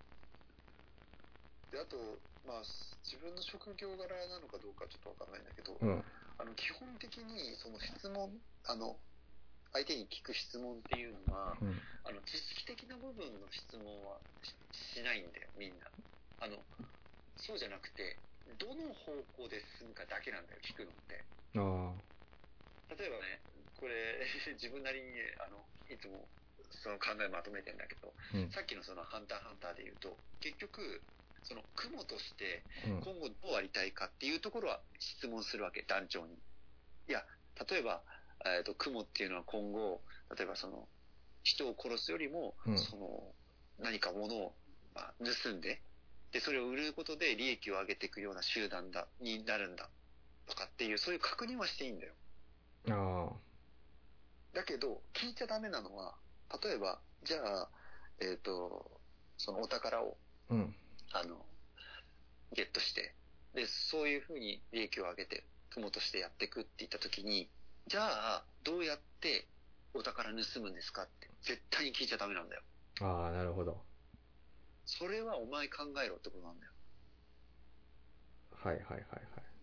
で、あと、まあ、自分の職業柄なのかどうかちょっとわかんないんだけど、 うん。 あの、基本的に、その質問、あの、相手に聞く質問っていうのは、 うん。 あの、知識的な部分の質問はし、しないんだよ、みんな。あの、そうじゃなくて、どの方向で進むかだけなんだよ、聞くのって。 あ例えばね、これ、自分なりにね、あの、いつもその考えまとめてんだけど、 あ。うん。 さっきのそのハンターハンターで言うと、結局、その雲としてうん。 今後どうありたいかっていうところは質問するわけ、団長に。いや、例えば、えっと、雲っていうのは今後、例えばその、人を殺すよりも、 うんその、何か物を、まあ、盗んで、で、それを売ることで利益を上げていくような集団だ、になるんだ、とかっていう、そういう確認はしていいんだよ。 ああ。 だけど、聞いちゃダメなのは、例えば、じゃあ、えっと、そのお宝を、 うん。 あの、ゲットして、で、そういうふうに利益を上げて、雲としてやっていくって言ったときに、じゃあ、どうやってお宝盗むんですかって絶対に聞いちゃダメなんだよ。 ああ、なるほど。 それはお前考えろってことなんだよ。 はいはいはいはい。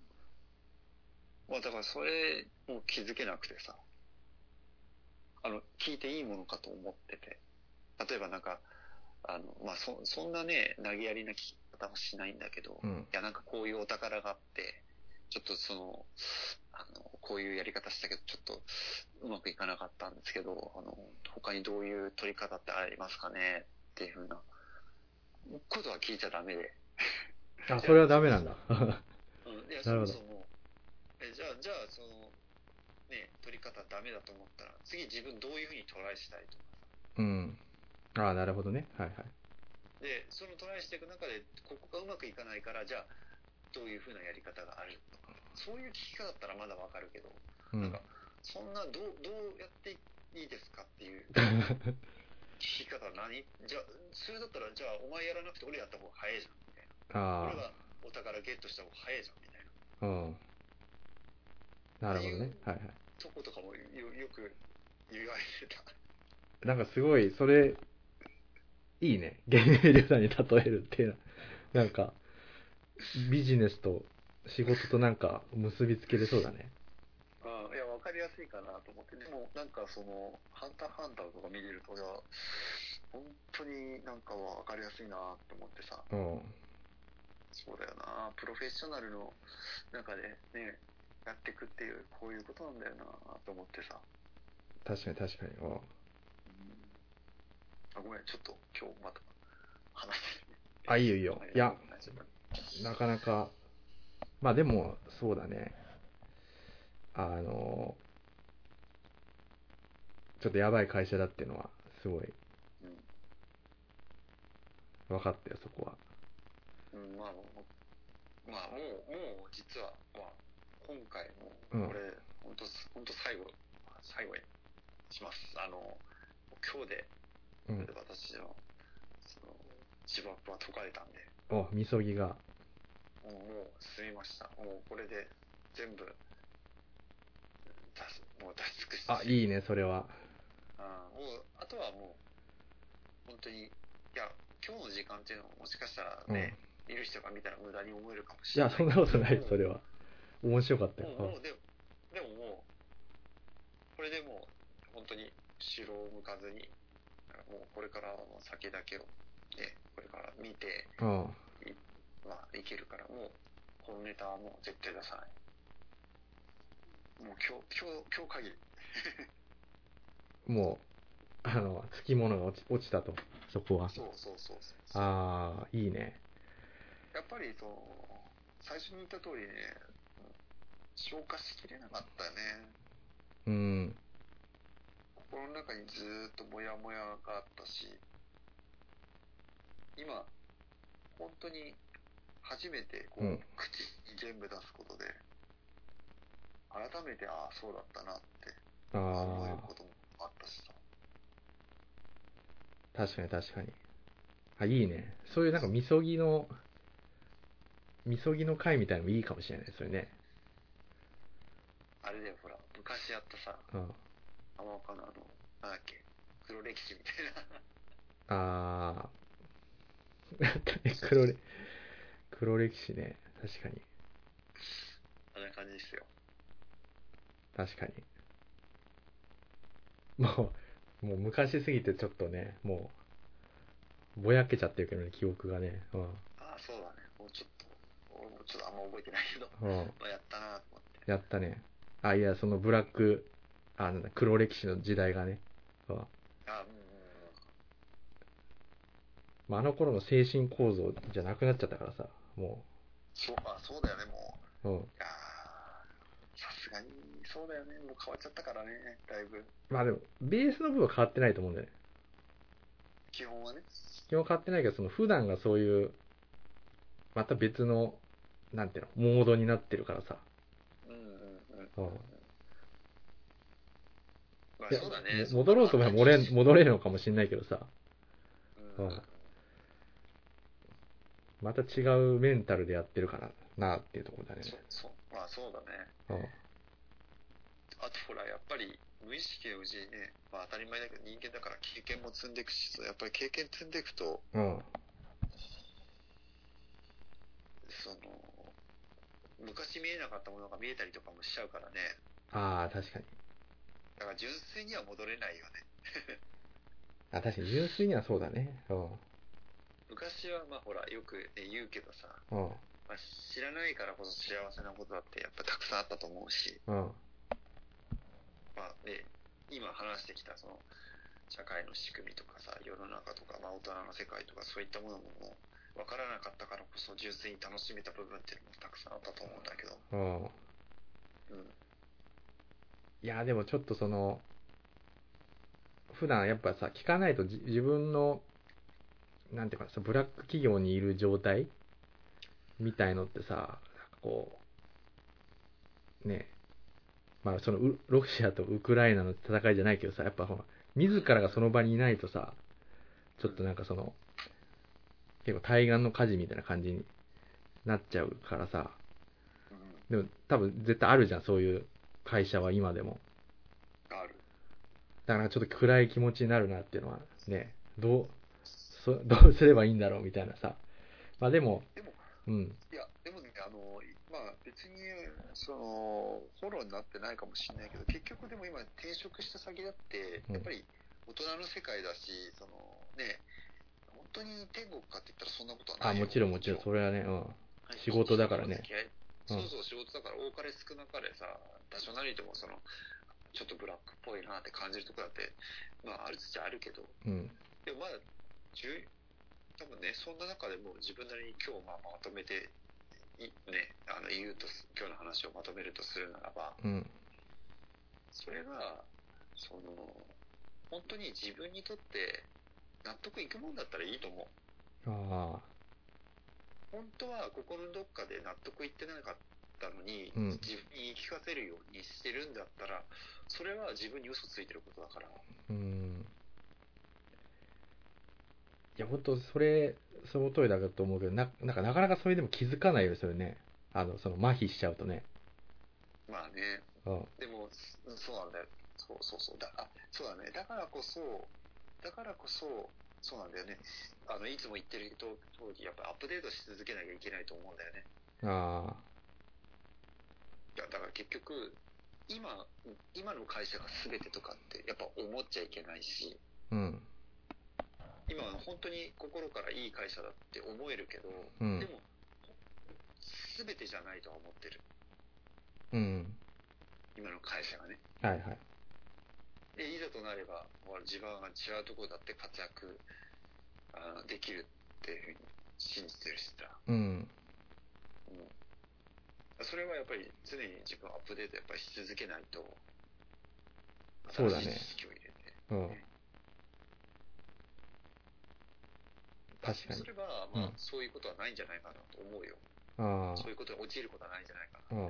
まあだからそれも気づけなくてさ、あの、聞いていいものかと思ってて。例えばなんか、あの、まあそ、そんなね、投げやりな聞き方もしないんだけど、 うん。 いやなんかこういうお宝があって、ちょっとその、あの、こういうやり方したけど、ちょっとうまくいかなかったんですけど、あの、他にどういう取り方ってありますかねっていうふうなことは聞いちゃダメで。 あ、それはダメなんだ。 うん、いや、 なるほど。 そもそも、え、じゃあ、じゃあ、その、ね、取り方ダメだと思ったら、次自分どういうふうにトライしたいとかうん。ああ、なるほどね。はいはい。 で、そのトライしていく中で、ここがうまくいかないから、じゃあ、どういうふうなやり方があるとか、そういう聞き方だったらまだわかるけど、 うん。 なんか、そんな、どう、どうやっていいですかっていう聞き方は何じゃあ、それだったら、じゃあ、お前やらなくて俺やった方が早いじゃん、みたいな。俺あがお宝ゲットした方が早いじゃん、みたいあ。 な。 うん。なるほどね。はいはい。 とことかもよ、よく言われてた。 なんかすごい、それ、いいね。ゲームリュさんに例えるっていうのは。なんか、ビジネスと仕事となんか結びつけれそうだね。 あいや、わかりやすいかなと思って。でも、なんかその、ハンターハンターとか見れると、いや、本当になんかわかりやすいなと思ってさ。 うん。 そうだよな、プロフェッショナルの中でね、やっていくっていう、こういうことなんだよなと思ってさ。 確かに確かに。うん。 あ、ごめん、ちょっと今日また話して。 あ、いいよいいよ。いや、なかなか、まあでも、そうだね。あの、ちょっとやばい会社だっていうのは、すごい、分かったよ、そこは。 うん、まあ、まあ、もう、もう、実は、まあ、今回も、これ、本当、本当最後、最後にします。あの、今日で、これで私の、その、呪縛は解かれたんで。 お、みそぎが。 もう、もう済みました。もう、これで、全部、出す、もう出し尽くした。 あ、いいね、それは。 あもう、あとはもう、本当に、いや、今日の時間っていうのは、もしかしたらね、うん、いる人が見たら無駄に思えるかもしれない。 いや、そんなことない、それは。面白かったよ。 もう、もうでも、でももう、これでもう、本当に城を向かずに、もうこれからの先だけを、ね、これから見て、 うん、 まあ、いけるから、もう、このネタはもう絶対出さない。もう今日、今日、今日限り。 もう、あの、つきものが落ち、落ちたと、そこは。 そうそうそうそう。 ああ、いいね。 やっぱり、その、最初に言った通りね、消化しきれなかったよね。 うん。 心の中にずーっとモヤモヤがあったし、今、本当に初めてこう、うん、口に全部出すことで、改めて、ああ、そうだったなって思えることもあったしさ。 確かに確かに。あ、いいね。そういうなんかみそぎの、みそぎの回みたいなのもいいかもしれない、それね。 あれだよ、ほら、昔やったさ、 うん、 浜岡のあの、なんだっけ、黒歴史みたいな。あー、なんかね、黒れ、黒歴史ね。確かに。 あんな感じですよ。 確かに。もう、もう昔すぎてちょっとね、もう、ぼやけちゃってるけどね、記憶がね。うん。 ああ、そうだね。もうちょっと、俺もちょっとあんま覚えてないけど、 うん。 まあやったなと思って。 やったね。あ、いや、そのブラック、あ、なんだ、黒歴史の時代がね。うん。 あ、うんうんうん。 まあ、あの頃の精神構造じゃなくなっちゃったからさ、もそう、あ、そうだよね、もう。うん。 う。いやーさすがに、そうだよね。もう変わっちゃったからね、だいぶ。 まあでも、ベースの部分は変わってないと思うんだよね。 基本はね。 基本変わってないけど、その普段がそういう、また別の、なんていうの、モードになってるからさ。 うんうんうん。 うん。 まあいや、 そうだね。そんな戻ろうと思えば戻れ、戻れるのかもしれないけどさ。 うん。 うん。また違うメンタルでやってるからなっていうところだね。 そ、そ、まあそうだね。 うん。 あとほら、やっぱり無意識のうちにね、まあ当たり前だけど人間だから経験も積んでいくし、やっぱり経験積んでいくと、 うん。 その、昔見えなかったものが見えたりとかもしちゃうからね。 ああ、確かに。 だから純粋には戻れないよね。 あ、確かに純粋にはそうだね。うん。 昔はまあほら、よく、ね、言うけどさ、 うん。 まあ、知らないからこそ幸せなことだってやっぱたくさんあったと思うし、 うん。 まあね、今話してきたその社会の仕組みとかさ、世の中とか、まあ、大人の世界とかそういったものも分からなかったからこそ純粋に楽しめた部分っていうのもたくさんあったと思うんだけど、 うん。 うん、 いや、でもちょっとその、普段やっぱさ、聞かないとじ自分の、なんていうかさ、ブラック企業にいる状態みたいのってさ、なんかこう、ね、まあそのウロシアとウクライナの戦いじゃないけどさ、やっぱほら、自らがその場にいないとさ、ちょっとなんかその、結構対岸の火事みたいな感じになっちゃうからさ、 うん、 でも多分絶対あるじゃん、そういう会社は今でも。 ある。 だからちょっと暗い気持ちになるなっていうのはね、どう、そどうすればいいんだろうみたいなさ。まあでも、 でも、 うん。 いや、でもね、あの、まあ別に、その、フォローになってないかもしれないけど、結局でも今転職した先だって、やっぱり大人の世界だし、その、ね、本当に天国かって言ったらそんなことはあ、 ないよ。 もちろんもちろん、それはね、うん。 はい、 仕事だからね。 人との付き合い、 うん。 そうそう、仕事だから多かれ少なかれさ、多少なりともその、ちょっとブラックっぽいなって感じるところだって、まああるっちゃあるけど、 うん。 でもまだ、多分ね、そんな中でも自分なりに今日まあまとめて、ね、あの言うと、今日の話をまとめるとするならば、 うん。 それが、その、本当に自分にとって納得いくもんだったらいいと思う。 ああ。 本当は心のどっかで納得いってなかったのに、 うん。 自分に言い聞かせるようにしてるんだったら、それは自分に嘘ついてることだから。 うん。いや、ほんと、それ、その通りだと思うけど、な、なんかなかなかそれでも気づかないよ、それね。あの、その麻痺しちゃうとね。 まあね、 うん。 でも、そうなんだよ。そうそうそう。だ、あ、そうだね。だからこそ、だからこそ、そうなんだよね。あの、いつも言ってる通り、やっぱアップデートし続けなきゃいけないと思うんだよね。 ああ。 いや、だから結局、今、今の会社が全てとかって、やっぱ思っちゃいけないし、 うん。 今は本当に心からいい会社だって思えるけど、 うん。 でも、全てじゃないとは思ってる。 うん。 今の会社がね。 はいはい。 で、いざとなれば、自分が違うところだって活躍あできるっていうふうに信じてるしさ。 うん。 うん。それはやっぱり常に自分をアップデートやっぱりし続けないと、 そうだね。 新しい知識を入れて。 うん。 ね、 確かに。 そうすれば、まあ、うん、そういうことはないんじゃないかなと思うよ。ああ。そういうことに陥ることはないんじゃないかな。 うん。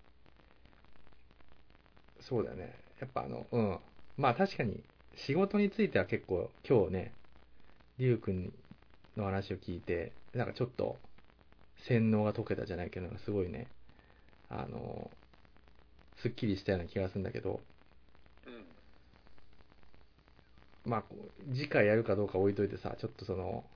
そうだよね。やっぱあの、うん。まあ確かに、仕事については結構、今日ね、りゅうくんの話を聞いて、なんかちょっと、洗脳が解けたじゃないけど、すごいね、あの、すっきりしたような気がするんだけど、 うん。 まあ、次回やるかどうか置いといてさ、ちょっとその、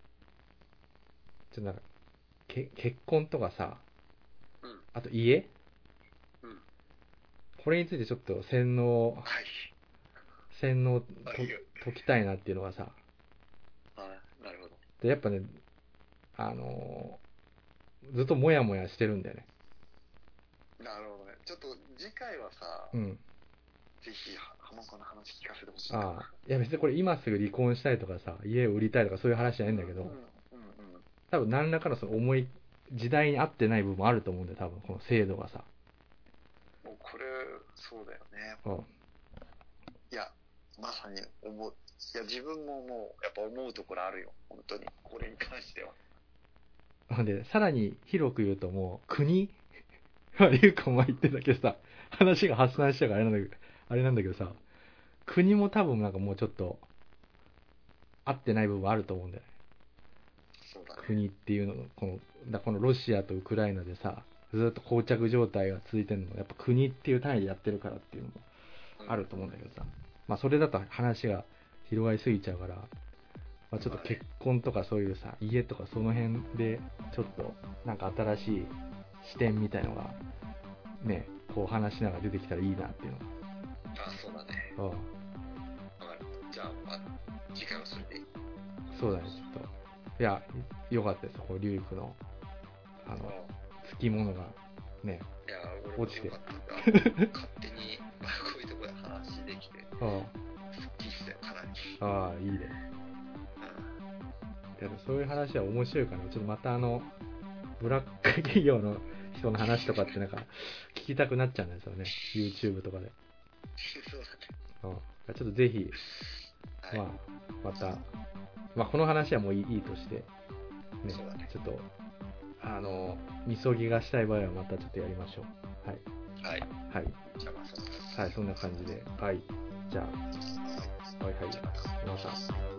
ちょっとなんか、け結婚とかさ、 うん、 あと家、 うん、 これについてちょっと洗脳、 はい、 洗脳とはい、 解きたいなっていうのがさ、 あ、なるほど。 で、やっぱね、あのーずっともやもやしてるんだよね。 なるほどね。ちょっと次回はさ、 うん。 ぜひ、浜子の話聞かせてほしいな。 ああ。いや別にこれ今すぐ離婚したいとかさ、家を売りたいとかそういう話じゃないんだけど、 うん、うん、うん。 多分何らかのその重い、時代に合ってない部分もあると思うんだよ、多分この制度がさ。 もうこれ、そうだよね。 うん。 いや、まさに思う。いや、自分ももう、やっぱ思うところあるよ。本当に。これに関しては。 で、さらに広く言うともう、国まあ、リュウ君も言ってたけどさ、話が発散しちゃうからあれなんだけど、あれなんだけどさ、国も多分なんかもうちょっと、合ってない部分あると思うんだよね。 そうだね。 国っていうの、この、だこのロシアとウクライナでさ、ずっと膠着状態が続いてるのも、やっぱ国っていう単位でやってるからっていうのもあると思うんだけどさ、まあそれだと話が広がりすぎちゃうから、まあ、ちょっと結婚とかそういうさ、家とかその辺で、ちょっとなんか新しい視点みたいのが、ね、こう話しながら出てきたらいいなっていうのが。 あ、そうだね。 うん。 わかる。じゃあ、まあ、次回はそれでいい。 そうだね、ちょっと。いや、よかったです。こう、リュウクの、あの、つきものが、ね、 いや、俺も落ちて。 勝手に、まあ、こういうところで話できて、 ああ、 すっきりしたよ、かなり。 ああ、いいね。いやそういう話は面白いから、ちょっとまたあの、ブラック企業の人の話とかってなんか、聞きたくなっちゃうんですよね。YouTube とかで。 そうだね。 うん。ちょっとぜひ、 はい、 まあ、また、まあ、この話はもういいいいとして、ね、 ねちょっと、あの、みそぎがしたい場合はまたちょっとやりましょう。はい。 はい。 はい。 じゃあまあそんな感じで。 はい、そんな感じで。はい。じゃあ、はいはい。また。